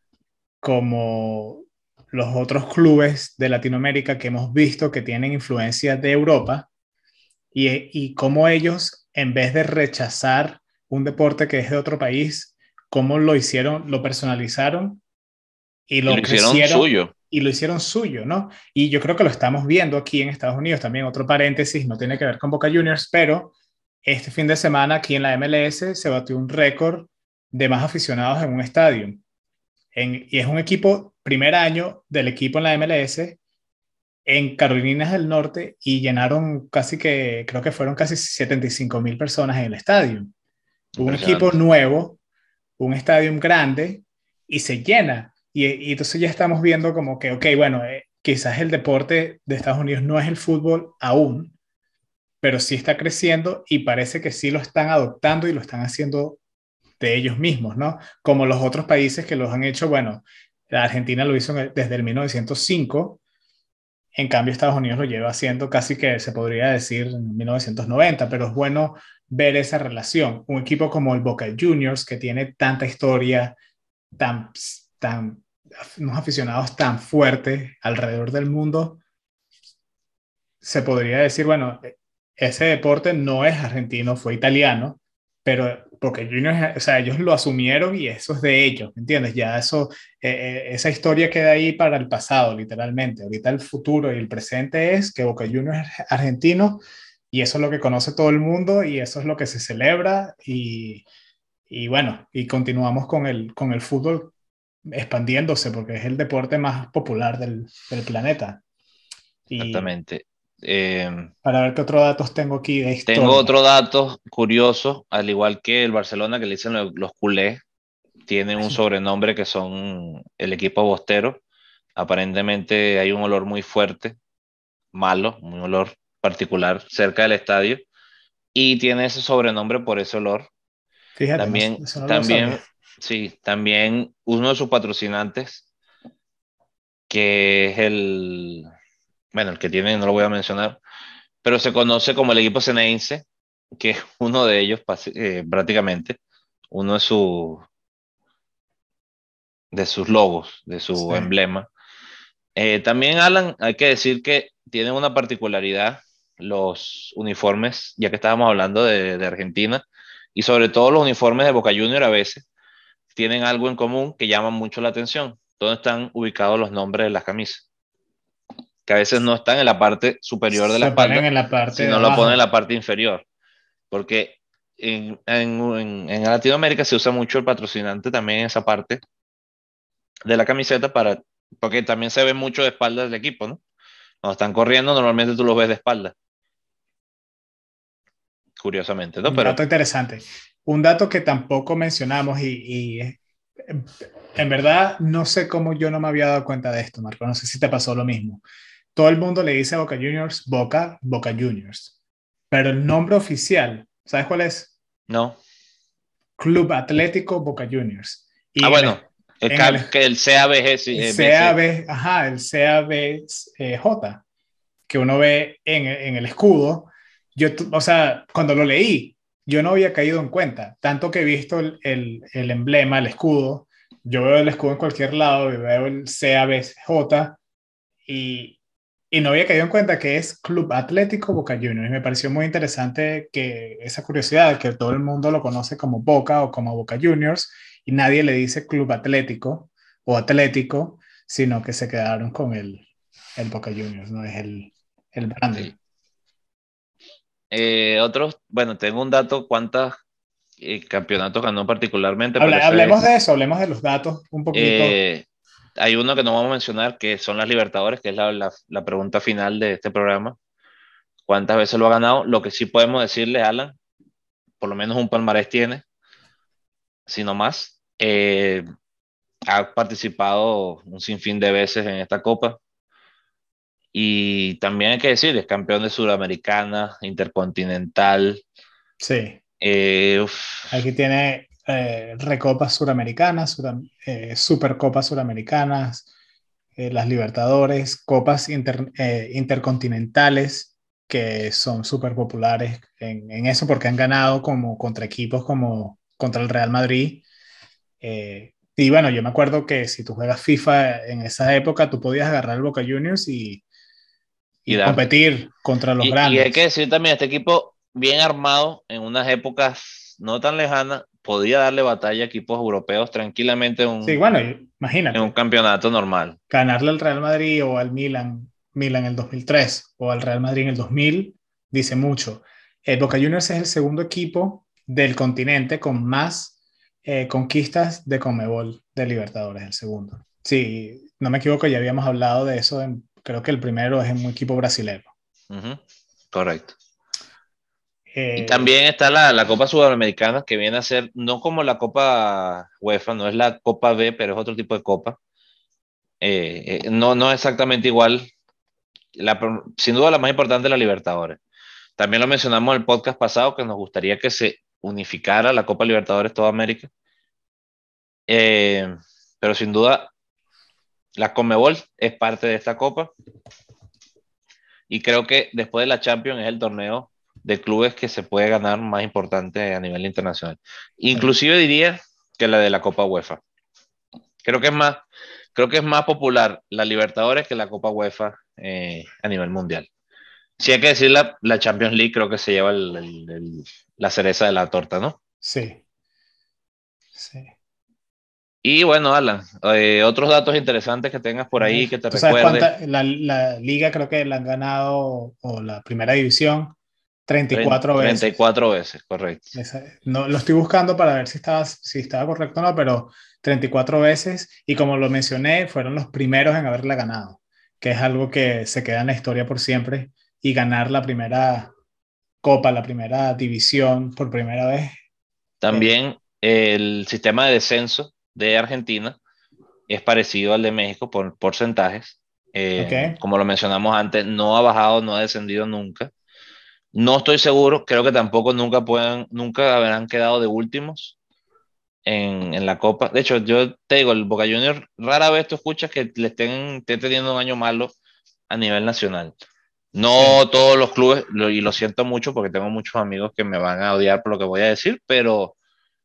como los otros clubes de Latinoamérica que hemos visto que tienen influencia de Europa y cómo ellos, en vez de rechazar un deporte que es de otro país, cómo lo hicieron, lo personalizaron y y lo lo hicieron crecieron suyo. y lo hicieron suyo, ¿no? Y yo creo que lo estamos viendo aquí en Estados Unidos también, otro paréntesis, no tiene que ver con Boca Juniors, pero este fin de semana aquí en la MLS se batió un récord de más aficionados en un estadio. Y es un equipo, primer año del equipo en la MLS en Carolinas del Norte y llenaron casi que, creo que fueron casi 75,000 personas en el estadio. Un equipo Impresionante. nuevo, un estadio grande y se llena. Y entonces ya estamos viendo como que, ok, bueno, quizás el deporte de Estados Unidos no es el fútbol aún, pero sí está creciendo y parece que sí lo están adoptando y lo están haciendo de ellos mismos, ¿no? Como los otros países que los han hecho, bueno, la Argentina lo hizo desde el 1905, en cambio Estados Unidos lo lleva haciendo casi que se podría decir en 1990, pero es bueno ver esa relación. Un equipo como el Boca Juniors, que tiene tanta historia, tan, tan, unos aficionados tan fuertes alrededor del mundo, se podría decir, bueno, ese deporte no es argentino, fue italiano, pero porque Juniors, o sea, ellos lo asumieron y eso es de ellos, ¿me entiendes? Ya eso, esa historia queda ahí para el pasado, literalmente. Ahorita el futuro y el presente es que Boca Juniors es argentino y eso es lo que conoce todo el mundo y eso es lo que se celebra y bueno, y continuamos con el fútbol expandiéndose porque es el deporte más popular del planeta. Y Exactamente. Eh, para ver qué otros datos tengo aquí de Tengo historia. otro dato curioso, al igual que el Barcelona, que le dicen los culés, tienen un sobrenombre que son el equipo bostero. Aparentemente hay un olor muy fuerte, malo, un olor particular cerca del estadio, y tiene ese sobrenombre por ese olor. Fíjate, no, También, eso no lo sabía. también, sí, también uno de sus patrocinantes, que es bueno, el que tiene, no lo voy a mencionar, pero se conoce como el equipo Ceneice, que es uno de ellos prácticamente, uno de sus logos, de Sí. su emblema. También, Alan, hay que decir que tienen una particularidad los uniformes, ya que estábamos hablando de Argentina, y sobre todo los uniformes de Boca Juniors a veces tienen algo en común que llama mucho la atención, donde están ubicados los nombres de las camisas, que a veces no están en la parte superior de la Se ponen espalda, en la parte de sino lo ponen en abajo. la parte inferior, porque en Latinoamérica se usa mucho el patrocinante también en esa parte de la camiseta porque también se ve mucho de espaldas del equipo, ¿no? Cuando están corriendo, normalmente tú los ves de espalda, curiosamente, ¿no? Un dato Pero interesante. Un dato que tampoco mencionamos en verdad no sé cómo yo no me había dado cuenta de esto, Marco. No sé si te pasó lo mismo. Todo el mundo le dice a Boca Juniors, Boca Juniors. Pero el nombre oficial, ¿sabes cuál es? no. Club Atlético Boca Juniors. Ah, Y bueno, en el que el CABG, sí, BC, CAB, ajá, el CABJ, que uno ve en el escudo, o sea, cuando lo leí, yo no había caído en cuenta, tanto que he visto el emblema, el escudo, yo veo el escudo en cualquier lado y veo el CABJ y, y no había caído en cuenta que es Club Atlético Boca Juniors. Y me pareció muy interesante que esa curiosidad, que todo el mundo lo conoce como Boca o como Boca Juniors y nadie le dice Club Atlético o Atlético, sino que se quedaron con el Boca Juniors, ¿no? Es el branding. sí. Otros, bueno, tengo un dato, cuántos campeonatos ganó particularmente, pero ese Hablemos es, de eso, hablemos de los datos un poquito. eh, hay uno que no vamos a mencionar, que son las Libertadores, que es la pregunta final de este programa. ¿Cuántas veces lo ha ganado? Lo que sí podemos decirle, Alan, por lo menos un palmarés tiene, si no más. Ha participado un sinfín de veces en esta copa. Y también hay que decir, es campeón de Sudamericana, Intercontinental, Sí, Aquí tiene Recopas Suramericanas, Supercopas Suramericanas, las Libertadores, Copas Intercontinentales, que son súper populares en eso porque han ganado como contra equipos como contra el Real Madrid. Y bueno, yo me acuerdo que si tú juegas FIFA en esa época, tú podías agarrar el Boca Juniors y y darle. competir contra los Y hay que grandes. decir también, este equipo bien armado en unas épocas no tan lejanas, podía darle batalla a equipos europeos tranquilamente Sí, bueno, en un imagínate, campeonato normal. ganarle al Real Madrid o al Milan en el 2003 o al Real Madrid en el 2000 dice mucho. El Boca Juniors es el segundo equipo del continente con más conquistas de Conmebol de Libertadores, el segundo. Sí, no me equivoco, ya habíamos hablado de eso. Creo que el primero es en un equipo brasileño. Ujú, correcto. Y Eh, también está la Copa Sudamericana, que viene a ser, no como la Copa UEFA, no es la Copa B, pero es otro tipo de copa. No exactamente igual. Sin duda la más importante es la Libertadores. También lo mencionamos en el podcast pasado, que nos gustaría que se unificara la Copa Libertadores toda América. Eh, pero sin duda, la Conmebol es parte de esta copa. Y creo que después de la Champions es el torneo de clubes que se puede ganar más importante a nivel internacional. sí, Inclusive diría que la de la Copa UEFA. Creo que es más, creo que es más popular la Libertadores que la Copa UEFA a nivel mundial. Si hay que decir la Champions League, creo que se lleva la cereza de la torta, ¿no? sí, sí. Y bueno, Alan, otros datos interesantes que tengas por ahí que te ¿Tú sabes recuerdes. cuánta? La liga creo que la han ganado, o la primera división, 34 veces. 34 veces, correcto. No, lo estoy buscando para ver si estaba correcto o no, pero 34 veces. Y como lo mencioné, fueron los primeros en haberla ganado, que es algo que se queda en la historia por siempre. Y ganar la primera copa, la primera división por primera vez. eh, También el sistema de descenso de Argentina es parecido al de México por porcentajes. ¿Ok? Como lo mencionamos antes, no ha bajado, no ha descendido nunca. No estoy seguro, creo que tampoco nunca habrán quedado de últimos en la Copa. De hecho, yo te digo, el Boca Juniors, rara vez tú escuchas que esté teniendo un año malo a nivel nacional. Sí, No todos los clubes, y lo siento mucho porque tengo muchos amigos que me van a odiar por lo que voy a decir, pero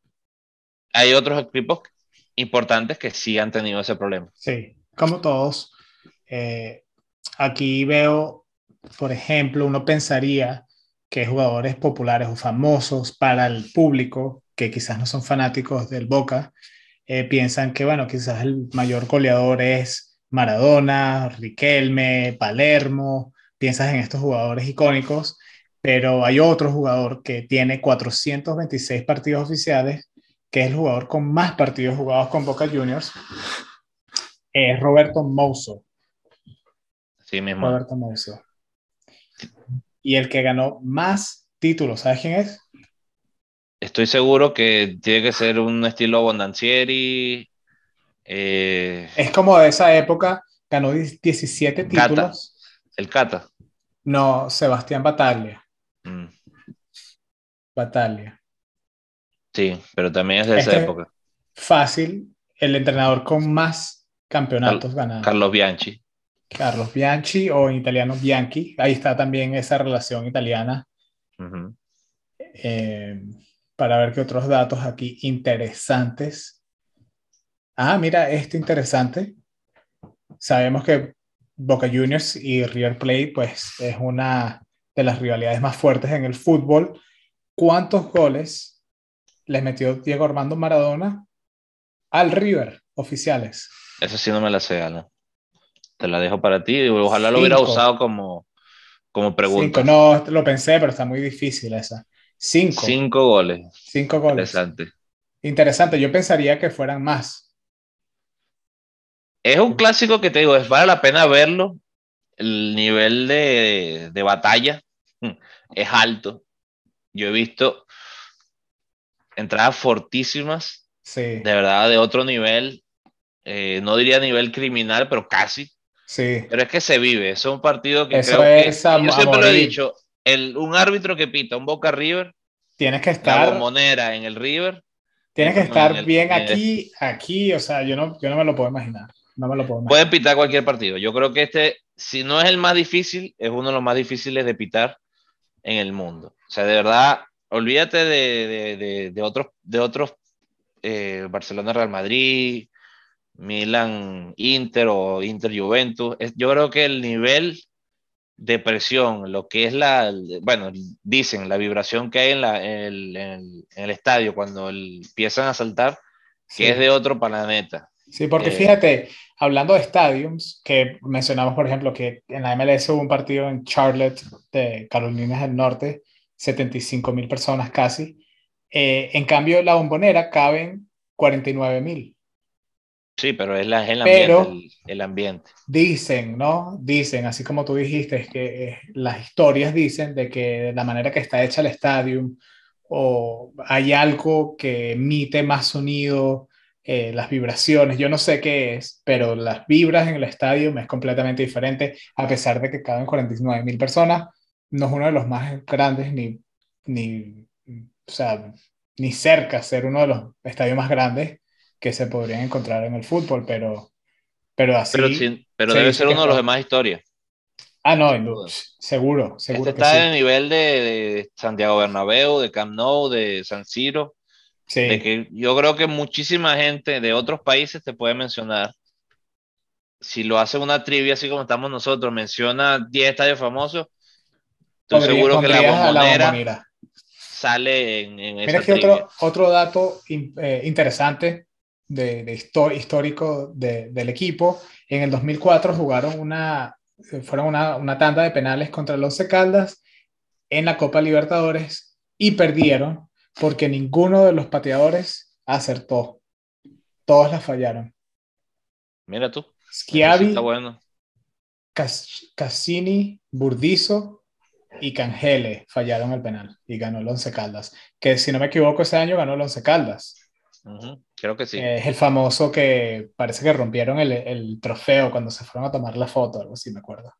hay otros equipos importantes que sí han tenido ese problema. sí, como todos. Eh, Aquí veo, por ejemplo, uno pensaría que jugadores populares o famosos para el público, que quizás no son fanáticos del Boca, piensan que, bueno, quizás el mayor goleador es Maradona, Riquelme, Palermo, piensas en estos jugadores icónicos, pero hay otro jugador que tiene 426 partidos oficiales, que es el jugador con más partidos jugados con Boca Juniors, es Roberto Mouso. Así mismo. Roberto Mouso. Y el que ganó más títulos, ¿sabes quién es? Estoy seguro que tiene que ser un estilo Bondancieri, eh, Es como de esa época, ganó 17 Cata, títulos. el Cata. No, Sebastián Bataglia. Mm, Bataglia. sí, pero también es de esa Este época. fácil, el entrenador con más Car- campeonatos ganados. Carlos Bianchi. Carlos Bianchi o en italiano Bianchi. Ahí está también esa relación italiana. Ujú. eh, para ver qué otros datos aquí interesantes. Ah, mira, este interesante. Sabemos que Boca Juniors y River Plate, pues, es una de las rivalidades más fuertes en el fútbol. ¿Cuántos goles les metió Diego Armando Maradona al River oficiales? Eso sí no me la sé, Alan. Te la dejo para ti. Ojalá lo hubiera Cinco. usado como Cinco. pregunta. No, lo pensé, pero está muy difícil esa. Cinco. 5 goles. 5 goles. Interesante. Interesante. Yo pensaría que fueran más. Es un clásico que te digo, vale la pena verlo. El nivel de batalla es alto. Yo he visto entradas fortísimas, Sí, de verdad, de otro nivel. No diría nivel criminal, pero casi. sí. Pero es que se vive. Es un partido que Eso creo que, es a y yo siempre lo he morir. dicho, un árbitro que pita un Boca River tienes que La estar, Bombonera en el River y tienes que como en estar el, bien en el- aquí, o sea, yo no me lo puedo imaginar, no me lo puedo puede imaginar. pitar cualquier partido. Yo creo que este, si no es el más difícil, es uno de los más difíciles de pitar en el mundo. O sea, de verdad, olvídate de otros Barcelona, Real Madrid, Milan, Inter o Inter Juventus. Yo creo que el nivel de presión, lo que es bueno, dicen la vibración que hay en el estadio cuando empiezan a saltar, que es Sí. de otro planeta. Sí, porque Eh, fíjate, hablando de estadios, que mencionamos, por ejemplo, que en la MLS hubo un partido en Charlotte, de Carolinas del Norte, 75.000 personas casi. En cambio, en la Bombonera caben 49.000. sí, pero es el ambiente, Pero el ambiente. dicen, ¿no? Dicen, así como tú dijiste, es que las historias dicen de que de la manera que está hecha el estadio, o hay algo que emite más sonido, las vibraciones, yo no sé qué es, pero las vibras en el estadio es completamente diferente, a pesar de que caben 49.000 personas, no es uno de los más grandes, ni, o sea, ni cerca de ser uno de los estadios más grandes que se podrían encontrar en el fútbol, pero Pero, así pero se debe dice ser que uno de los de está. más historia, Ah, no, sin duda. seguro, Este seguro que está en sí. el nivel de Santiago Bernabéu, de Camp Nou, de San Siro, de Sí, que yo creo que muchísima gente de otros países te puede mencionar. Si lo hace una trivia así como estamos nosotros, menciona 10 estadios famosos, estoy seguro que la pondrías a la Bombonera Bombonera. sale en Mira esa aquí trivia. otro dato interesante histórico del equipo. En el 2004 fueron una tanda de penales contra el Once Caldas en la Copa Libertadores y perdieron porque ninguno de los pateadores acertó. Todos la fallaron. Mira tú, eso sí está Schiavi, bueno. Cassini, Burdizo y Cangele fallaron el penal y ganó el Once Caldas. Que si no me equivoco, ese año ganó el Once Caldas. Ujú, creo que sí. Es el famoso que parece que rompieron el trofeo cuando se fueron a tomar la foto, algo así me acuerdo.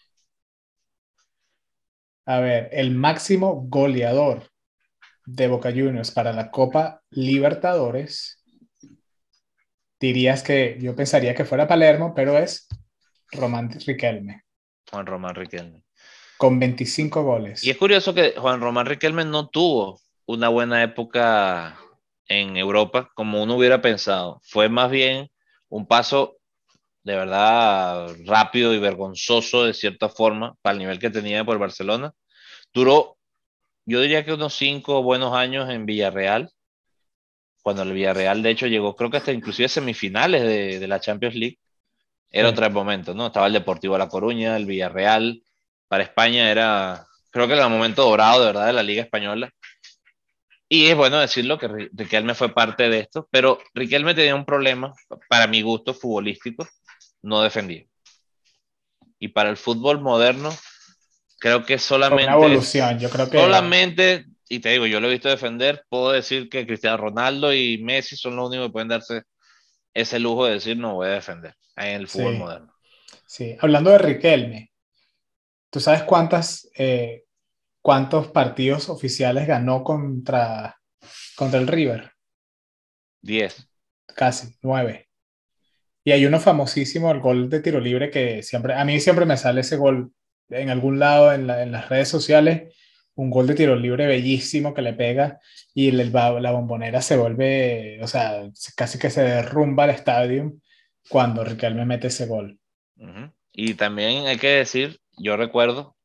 A ver, el máximo goleador de Boca Juniors para la Copa Libertadores, dirías que yo pensaría que fuera Palermo, pero es Román Riquelme, Juan Román Riquelme. con 25 Y es goles. curioso que Juan Román Riquelme no tuvo una buena época en Europa como uno hubiera pensado. Fue más bien un paso de verdad rápido y vergonzoso de cierta forma para el nivel que tenía por Barcelona. Duró, yo diría que unos 5 buenos años en Villarreal, cuando el Villarreal de hecho llegó creo que hasta inclusive semifinales de la Champions League. Era Sí. otro momento, ¿no? Estaba el Deportivo La Coruña, el Villarreal. Para España era, creo que era el momento dorado de verdad de la Liga Española. Y es bueno decirlo que Riquelme fue parte de esto, pero Riquelme tenía un problema, para mi gusto futbolístico, no defendía. Y para el fútbol moderno, creo que Fue una solamente evolución, es, yo creo que solamente, y te digo, yo lo he visto defender, puedo decir que Cristiano Ronaldo y Messi son los únicos que pueden darse ese lujo de decir no voy a defender en el fútbol sí, moderno. sí. Hablando de Riquelme, ¿tú sabes cuántos partidos oficiales ganó contra el River? 10. Casi, 9. Y hay uno famosísimo, el gol de tiro libre, que siempre, a mí siempre me sale ese gol en algún lado en las redes sociales, un gol de tiro libre bellísimo que le pega y la Bombonera se vuelve, o sea, casi que se derrumba el estadio cuando Riquelme mete ese gol. Ujú. Y también hay que decir, yo recuerdo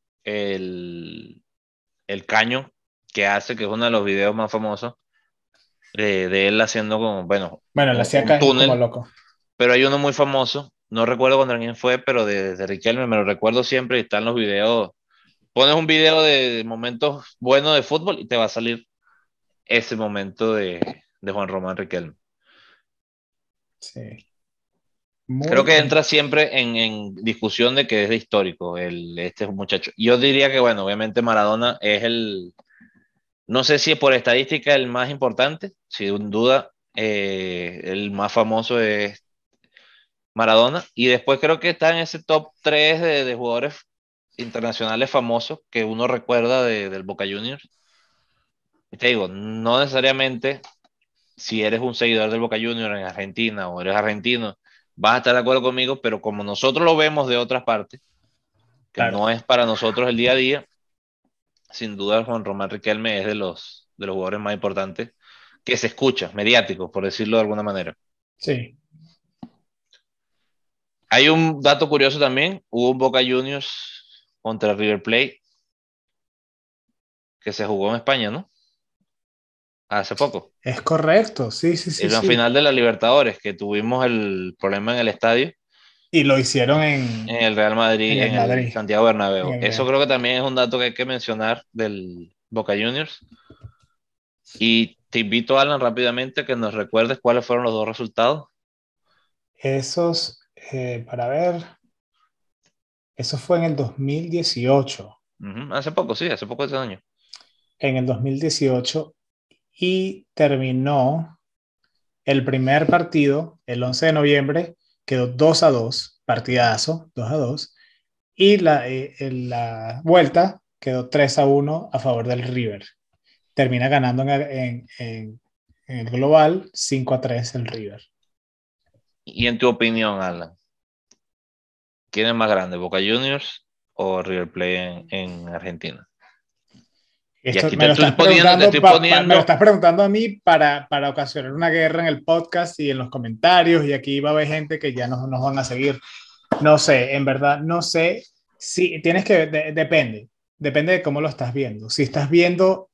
el caño que hace, que es uno de los videos más famosos de él haciendo como, bueno, Bueno, le hacía un caños como túnel, loco. pero hay uno muy famoso, no recuerdo contra quién fue, pero de Riquelme, me lo recuerdo siempre y están los videos. Pones un video de momentos buenos de fútbol y te va a salir ese momento de Juan Román Riquelme. Sí, Creo muy, que entra siempre en discusión de que es de histórico este muchacho. Yo diría que, bueno, obviamente Maradona es no sé si por estadística el más importante, sin duda el más famoso es Maradona, y después creo que está en ese top 3 de jugadores internacionales famosos que uno recuerda del Boca Juniors. te digo, no necesariamente si eres un seguidor del Boca Juniors en Argentina o eres argentino, vas a estar de acuerdo conmigo, pero como nosotros lo vemos de otras partes, que Claro. no es para nosotros el día a día, sin duda Juan Román Riquelme es de los jugadores más importantes que se escucha, mediáticos, por decirlo de alguna manera. Sí. Hay un dato curioso también, hubo un Boca Juniors contra River Plate que se jugó en España, ¿no? Hace poco. Es correcto, sí, sí, sí, En la sí. final de la Libertadores, que tuvimos el problema en el estadio, Y lo hicieron en el Real en Madrid, el en el Madrid. Santiago En Bernabéu. el Eso Real. creo que también es un dato que hay que mencionar del Boca Juniors. Y te invito, Alan, rápidamente a que nos recuerdes cuáles fueron los dos resultados. Esos, para ver, eso fue en el 2018. Ujú, hace poco, sí, hace poco de ese año. En el 2018 y terminó el primer partido, el 11 de noviembre, quedó 2-2, partidazo, 2-2, y la vuelta quedó 3-1 a favor del River. Termina ganando en el global 5-3 el River. Y en tu opinión, Alan, ¿quién es más grande, Boca Juniors o River Plate en Argentina? Y Esto aquí me lo estás te preguntando, estoy me lo poniendo, estás preguntando a mí para ocasionar una guerra en el podcast y en los comentarios, y aquí va a haber gente que ya nos van a seguir. No sé, en verdad, no sé si tienes que, depende de cómo lo estás viendo. Si estás viendo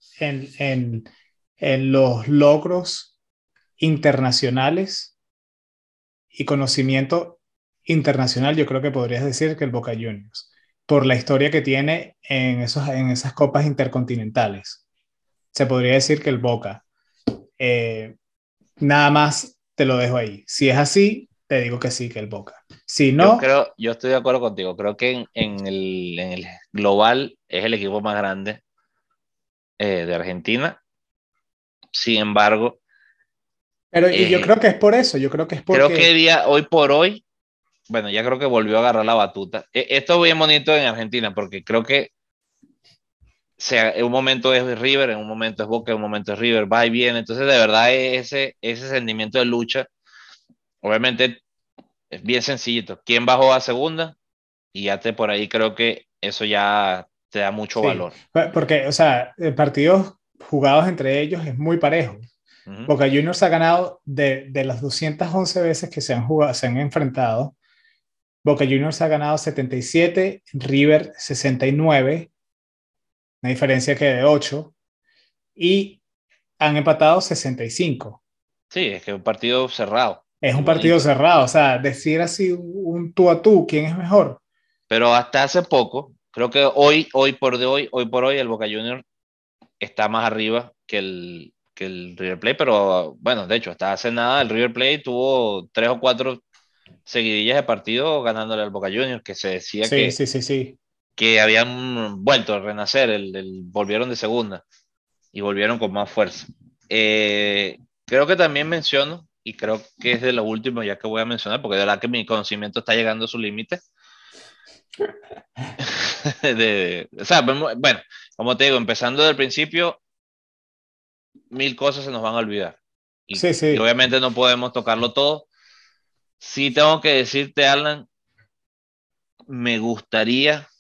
en los logros internacionales y conocimiento internacional, yo creo que podrías decir que el Boca Juniors, por la historia que tiene en esas copas intercontinentales. Se podría decir que el Boca. Eh, Nada más te lo dejo ahí. Si es así, te digo que sí, que el Boca. Si no, yo estoy de acuerdo contigo. Creo que en el global es el equipo más grande de Argentina. Sin embargo, pero y yo eh, creo que es por eso, yo creo que es creo que porque, hoy por hoy, bueno, ya creo que volvió a agarrar la batuta. Esto es bien bonito en Argentina porque creo que en un momento es River, en un momento es Boca, en un momento es River, va y viene. Entonces, de verdad, ese sentimiento de lucha, obviamente es bien sencillito. ¿Quién bajó a segunda? Y ya por ahí creo que eso ya te da mucho sí, valor. porque, o sea, partidos jugados entre ellos es muy parejo. Ujú. Boca Juniors ha ganado de las 211 veces que se han jugado, se han enfrentado. Boca Juniors ha ganado 77, River 69, una diferencia que de 8, y han empatado 65. Sí, es que es un partido cerrado Es y un partido bonito. cerrado, o sea, decir así un tú a tú, ¿quién es mejor? Pero hasta hace poco, creo que hoy por hoy, el Boca Juniors está más arriba que el River Plate, pero bueno, de hecho, hasta hace nada el River Plate tuvo 3 o 4 seguidillas de partido ganándole al Boca Juniors, que se decía Sí, que, sí, sí, sí. que habían vuelto a renacer, volvieron de segunda y volvieron con más fuerza. Creo que también menciono, y creo que es de lo último ya que voy a mencionar, porque de verdad que mi conocimiento está llegando a su límite. O sea, bueno, como te digo, empezando del principio, mil cosas se nos van a olvidar. Y, Sí, y sí. obviamente no podemos tocarlo todo. Sí tengo que decirte, Alan, me gustaría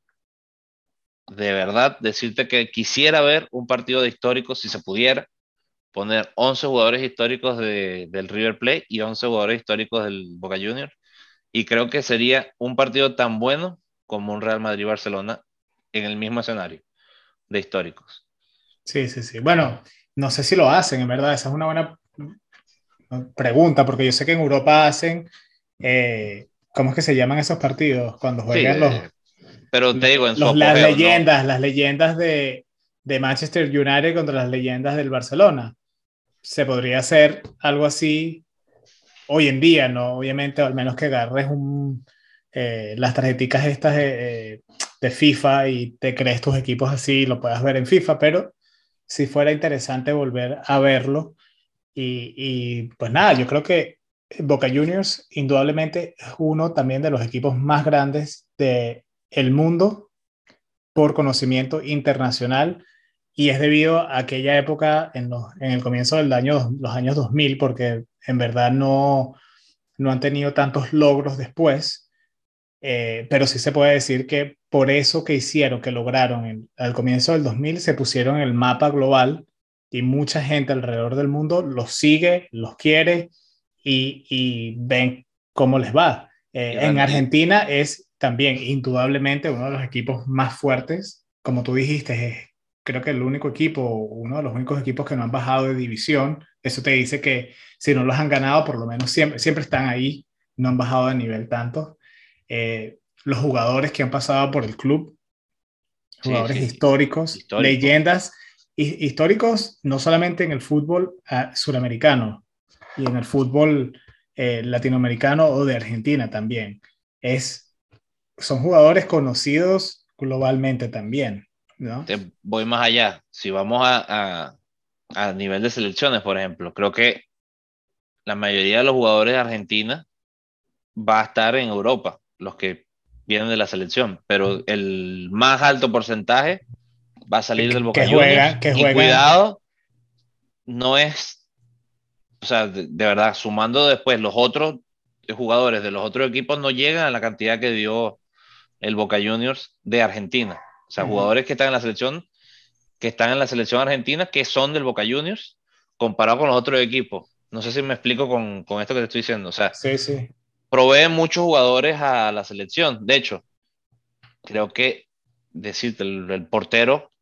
de verdad decirte que quisiera ver un partido de históricos, si se pudiera, poner 11 jugadores históricos del River Plate y 11 jugadores históricos del Boca Juniors. Y creo que sería un partido tan bueno como un Real Madrid-Barcelona en el mismo escenario de históricos. Sí, sí, sí. Bueno, no sé si lo hacen, en verdad. Esa es una buena pregunta, porque yo sé que en Europa hacen, ¿cómo es que se llaman esos partidos? Cuando Sí, juegan pero te digo, en su las apogeo, ¿no? leyendas de Manchester United contra las leyendas del Barcelona. Se podría hacer algo así hoy en día, ¿no? Obviamente, al menos que agarres las tarjeticas estas de FIFA y te crees tus equipos así, lo puedas ver en FIFA, pero si fuera interesante volver a verlo. Pues nada, yo creo que Boca Juniors indudablemente es uno también de los equipos más grandes del mundo por conocimiento internacional y es debido a aquella época en el comienzo los años 2000, porque en verdad no han tenido tantos logros después, pero sí se puede decir que por eso que hicieron, que lograron al comienzo del 2000, se pusieron en el mapa global y mucha gente alrededor del mundo los sigue, los quiere y ven cómo les va. Y, En y Argentina es también indudablemente uno de los equipos más fuertes, como tú dijiste, es creo que el único equipo, uno de los únicos equipos que no han bajado de división. Eso te dice que si no los han ganado, por lo menos siempre están ahí, no han bajado de nivel tanto. Los jugadores que han pasado por el club, sí, jugadores sí, históricos, histórico. leyendas, históricos no solamente en el fútbol suramericano y en el fútbol latinoamericano o de Argentina también. Son jugadores conocidos globalmente también, ¿no? Te voy más allá. Si vamos a nivel de selecciones, por ejemplo, creo que la mayoría de los jugadores de Argentina va a estar en Europa, los que vienen de la selección, pero el más alto porcentaje va a salir del Boca Juniors Que y juegan, cuidado, no es, o sea, de verdad, sumando después los otros jugadores de los otros equipos no llegan a la cantidad que dio el Boca Juniors de Argentina. O sea, uh-huh. jugadores que están en la selección argentina, que son del Boca Juniors, comparado con los otros equipos. No sé si me explico con esto que te estoy diciendo. O sea, Sí, sí, provee muchos jugadores a la selección. De hecho, creo que decirte, el portero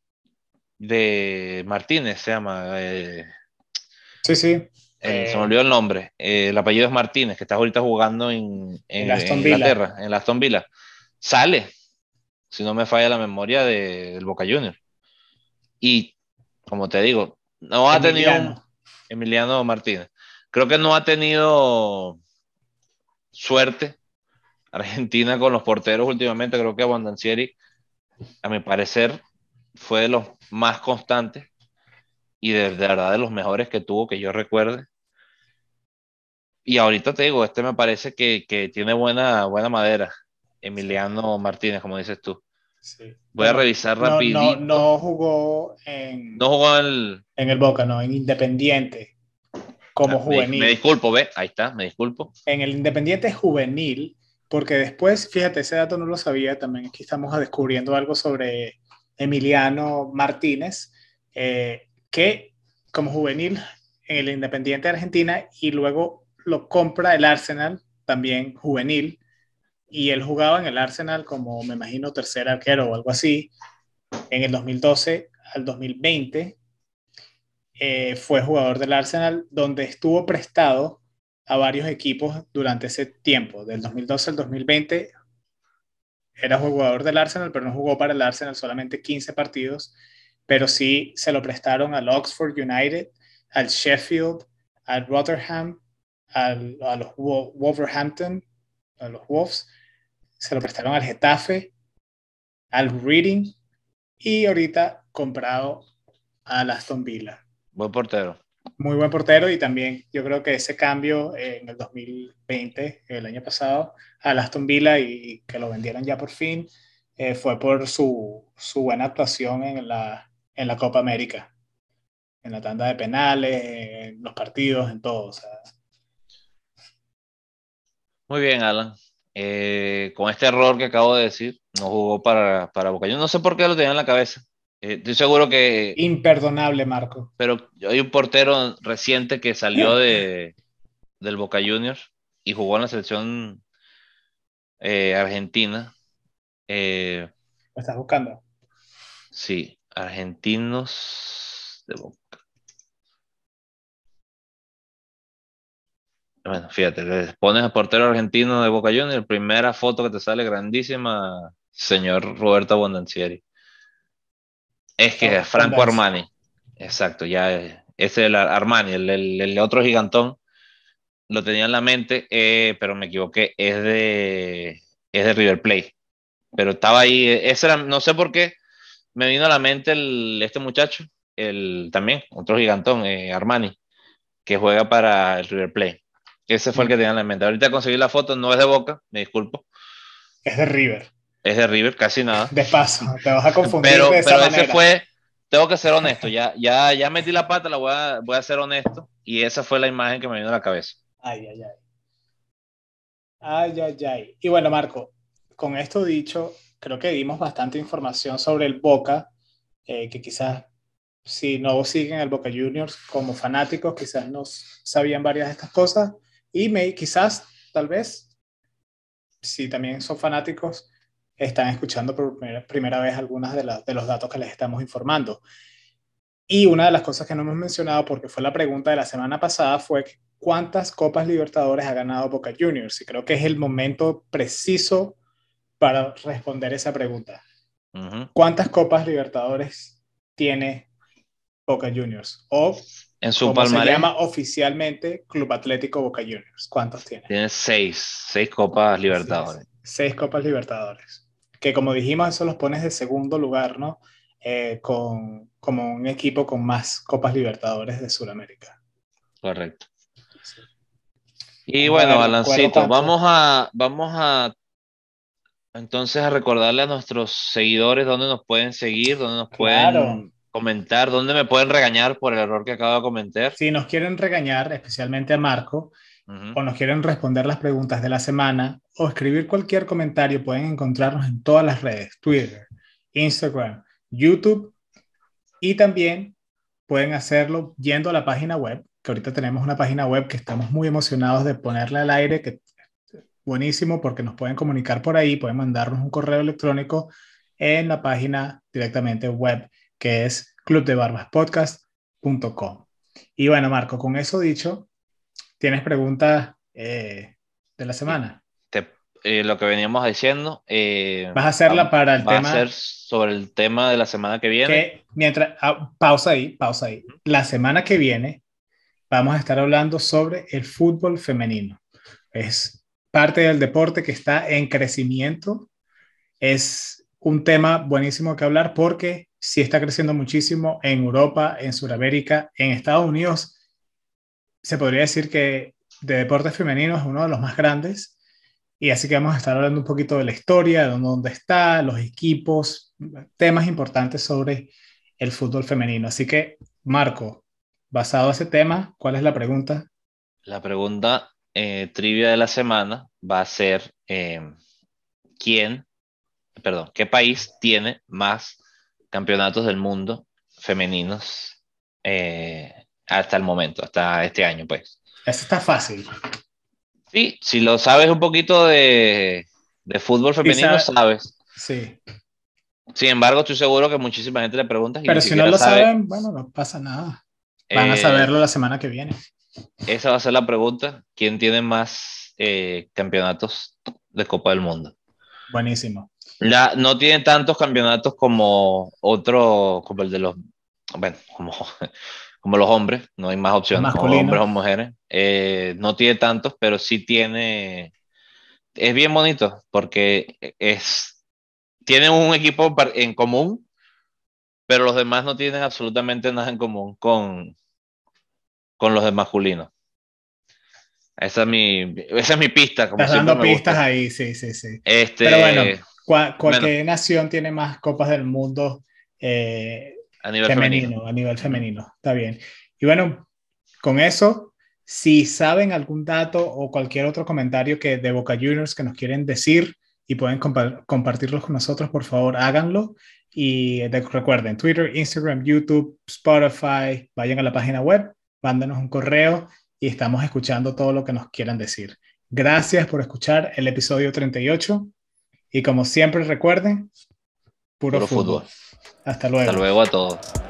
de Martínez se llama, sí, sí. se me olvidó el nombre, el apellido es Martínez, que está ahorita jugando El en Aston Villa. Inglaterra, en el Aston Villa. Sale, si no me falla la memoria, del Boca Juniors. Y como te digo, no ha tenido un Emiliano. Emiliano Martínez. Creo que no ha tenido suerte Argentina con los porteros últimamente. Creo que Bondancieri, a mi parecer, fue de los más constantes y de verdad de los mejores que tuvo que yo recuerde. Y ahorita te digo, este me parece que tiene buena madera. Sí. Emiliano Martínez, como dices tú. Sí. Voy a Bueno, revisar rapidito. no jugó No jugó en el... en el Boca, no, en Independiente como me juvenil. disculpo, ve, ahí está, me disculpo. En el Independiente juvenil, porque después, fíjate, ese dato no lo sabía, también aquí estamos descubriendo algo sobre Emiliano Martínez, que como juvenil en el Independiente de Argentina y luego lo compra el Arsenal, también juvenil, y él jugaba en el Arsenal como, me imagino, tercer arquero o algo así, en el 2012 al 2020. Fue jugador del Arsenal, donde estuvo prestado a varios equipos durante ese tiempo, del 2012 al 2020. Era jugador del Arsenal, pero no jugó para el Arsenal solamente 15 partidos, pero sí se lo prestaron al Oxford United, al Sheffield, al Rotherham, a los Wolverhampton, a los Wolves, se lo prestaron al Getafe, al Reading y ahorita comprado al Aston Villa. Buen portero. Muy buen portero y también yo creo que ese cambio en el 2020, el año pasado, al Aston Villa y que lo vendieron ya por fin, fue por su buena actuación en la Copa América, en la tanda de penales, en los partidos, en todo. O sea, Muy bien, Alan. Con este error que acabo de decir, no jugó para Boca Juniors. No sé por qué lo tenía en la cabeza. Estoy seguro que, imperdonable, Marco. pero hay un portero reciente que salió del Boca Juniors y jugó en la selección argentina. Eh, ¿Lo estás buscando? sí, argentinos de Boca. Bueno, fíjate, le pones a portero argentino de Boca Juniors, primera foto que te sale grandísima, señor Roberto Bondancieri. Es que es Franco Abundancia. Armani. Exacto, ya es el Armani, el otro gigantón. Lo tenía en la mente, pero me equivoqué. Es de River Plate. Pero estaba ahí. Ese era, no sé por qué me vino a la mente este muchacho, también, otro gigantón, Armani, que juega para el River Plate. Ese fue el que tenía en la mente. Ahorita conseguí la foto, no es de Boca, me disculpo. Es de River. Es de River, casi nada. De paso, te vas a confundir de esa Pero ese manera. fue tengo que ser honesto, ya metí la pata, voy a ser honesto, y esa fue la imagen que me vino a la cabeza. Ay, ay, ay. Ay, ay, ay. Y bueno, Marco, con esto dicho, creo que dimos bastante información sobre el Boca, que quizás si no siguen el Boca Juniors como fanáticos, quizás no sabían varias de estas cosas y quizás, tal vez, si también son fanáticos, están escuchando por primera vez algunas de los datos que les estamos informando. Y una de las cosas que no hemos mencionado, porque fue la pregunta de la semana pasada, fue ¿cuántas Copas Libertadores ha ganado Boca Juniors? Y creo que es el momento preciso para responder esa pregunta. ¿Cuántas Copas Libertadores tiene Boca Juniors? O, en su como se palmarés, llama oficialmente, Club Atlético Boca Juniors. ¿Cuántos tiene? tiene seis Copas Libertadores. 6 Copas Libertadores. Que como dijimos, eso los pones de segundo lugar, ¿no? Como un equipo con más Copas Libertadores de Sudamérica. Correcto. Sí. Y Vamos a bueno, ver, no recuerdo Alancito, cuánto. vamos a entonces a recordarle a nuestros seguidores dónde nos pueden seguir, dónde nos Claro, pueden comentar, dónde me pueden regañar por el error que acabo de cometer. si nos quieren regañar, especialmente a Marco, Ujú. o nos quieren responder las preguntas de la semana, o escribir cualquier comentario, pueden encontrarnos en todas las redes, Twitter, Instagram, YouTube, y también pueden hacerlo yendo a la página web, que ahorita tenemos una página web que estamos muy emocionados de ponerla al aire, que buenísimo porque nos pueden comunicar por ahí, pueden mandarnos un correo electrónico en la página directamente web, que es clubdebarbaspodcast.com. Y bueno, Marco, con eso dicho, ¿tienes preguntas de la Y semana? lo que veníamos diciendo ¿Vas a hacerla para el va a ser tema sobre el tema de la semana que viene. que mientras... pausa ahí, pausa ahí. La semana que viene vamos a estar hablando sobre el fútbol femenino. Es parte del deporte que está en crecimiento. Es un tema buenísimo que hablar porque sí está creciendo muchísimo en Europa, en Sudamérica, en Estados Unidos. Se podría decir que de deportes femeninos es uno de los más grandes. Y así que vamos a estar hablando un poquito de la historia, de dónde está, los equipos, temas importantes sobre el fútbol femenino. Así que, Marco, basado en ese tema, ¿cuál es la pregunta? La pregunta trivia de la semana va a ser quién, perdón, ¿qué país tiene más campeonatos del mundo femeninos hasta el momento, hasta este año, pues? Esa está fácil. Sí, si lo sabes un poquito de fútbol Sí, femenino, sabes. sí. Sin embargo, estoy seguro que muchísima gente le preguntas y ni Pero si no siquiera lo sabe. saben, bueno, no pasa nada. Van a Eh, saberlo la semana que viene. esa va a ser la pregunta. ¿Quién tiene más campeonatos de Copa del Mundo? Buenísimo. No tiene tantos campeonatos como otro, como el de los, bueno, como los hombres, no hay más El opciones, o hombres masculino. o mujeres. No tiene tantos, pero sí tiene, es bien bonito porque tienen un equipo en común, pero los demás no tienen absolutamente nada en común con los de masculino. Esa es mi pista, como Estás siempre dando me pistas gusta. ahí, sí, sí, sí. Pero bueno, Este, bueno, ¿qué nación tiene más copas del mundo eh, a nivel femenino. femenino, a nivel Ujú. femenino? Está bien. Y bueno, con eso, si saben algún dato o cualquier otro comentario que de Boca Juniors que nos quieren decir y pueden compartirlos con nosotros, por favor, háganlo. Y recuerden, Twitter, Instagram, YouTube, Spotify, vayan a la página web, mándanos un correo y estamos escuchando todo lo que nos quieran decir. Gracias por escuchar el episodio 38 y como siempre recuerden, puro Puro fútbol. fútbol. Hasta Hasta luego. luego a todos.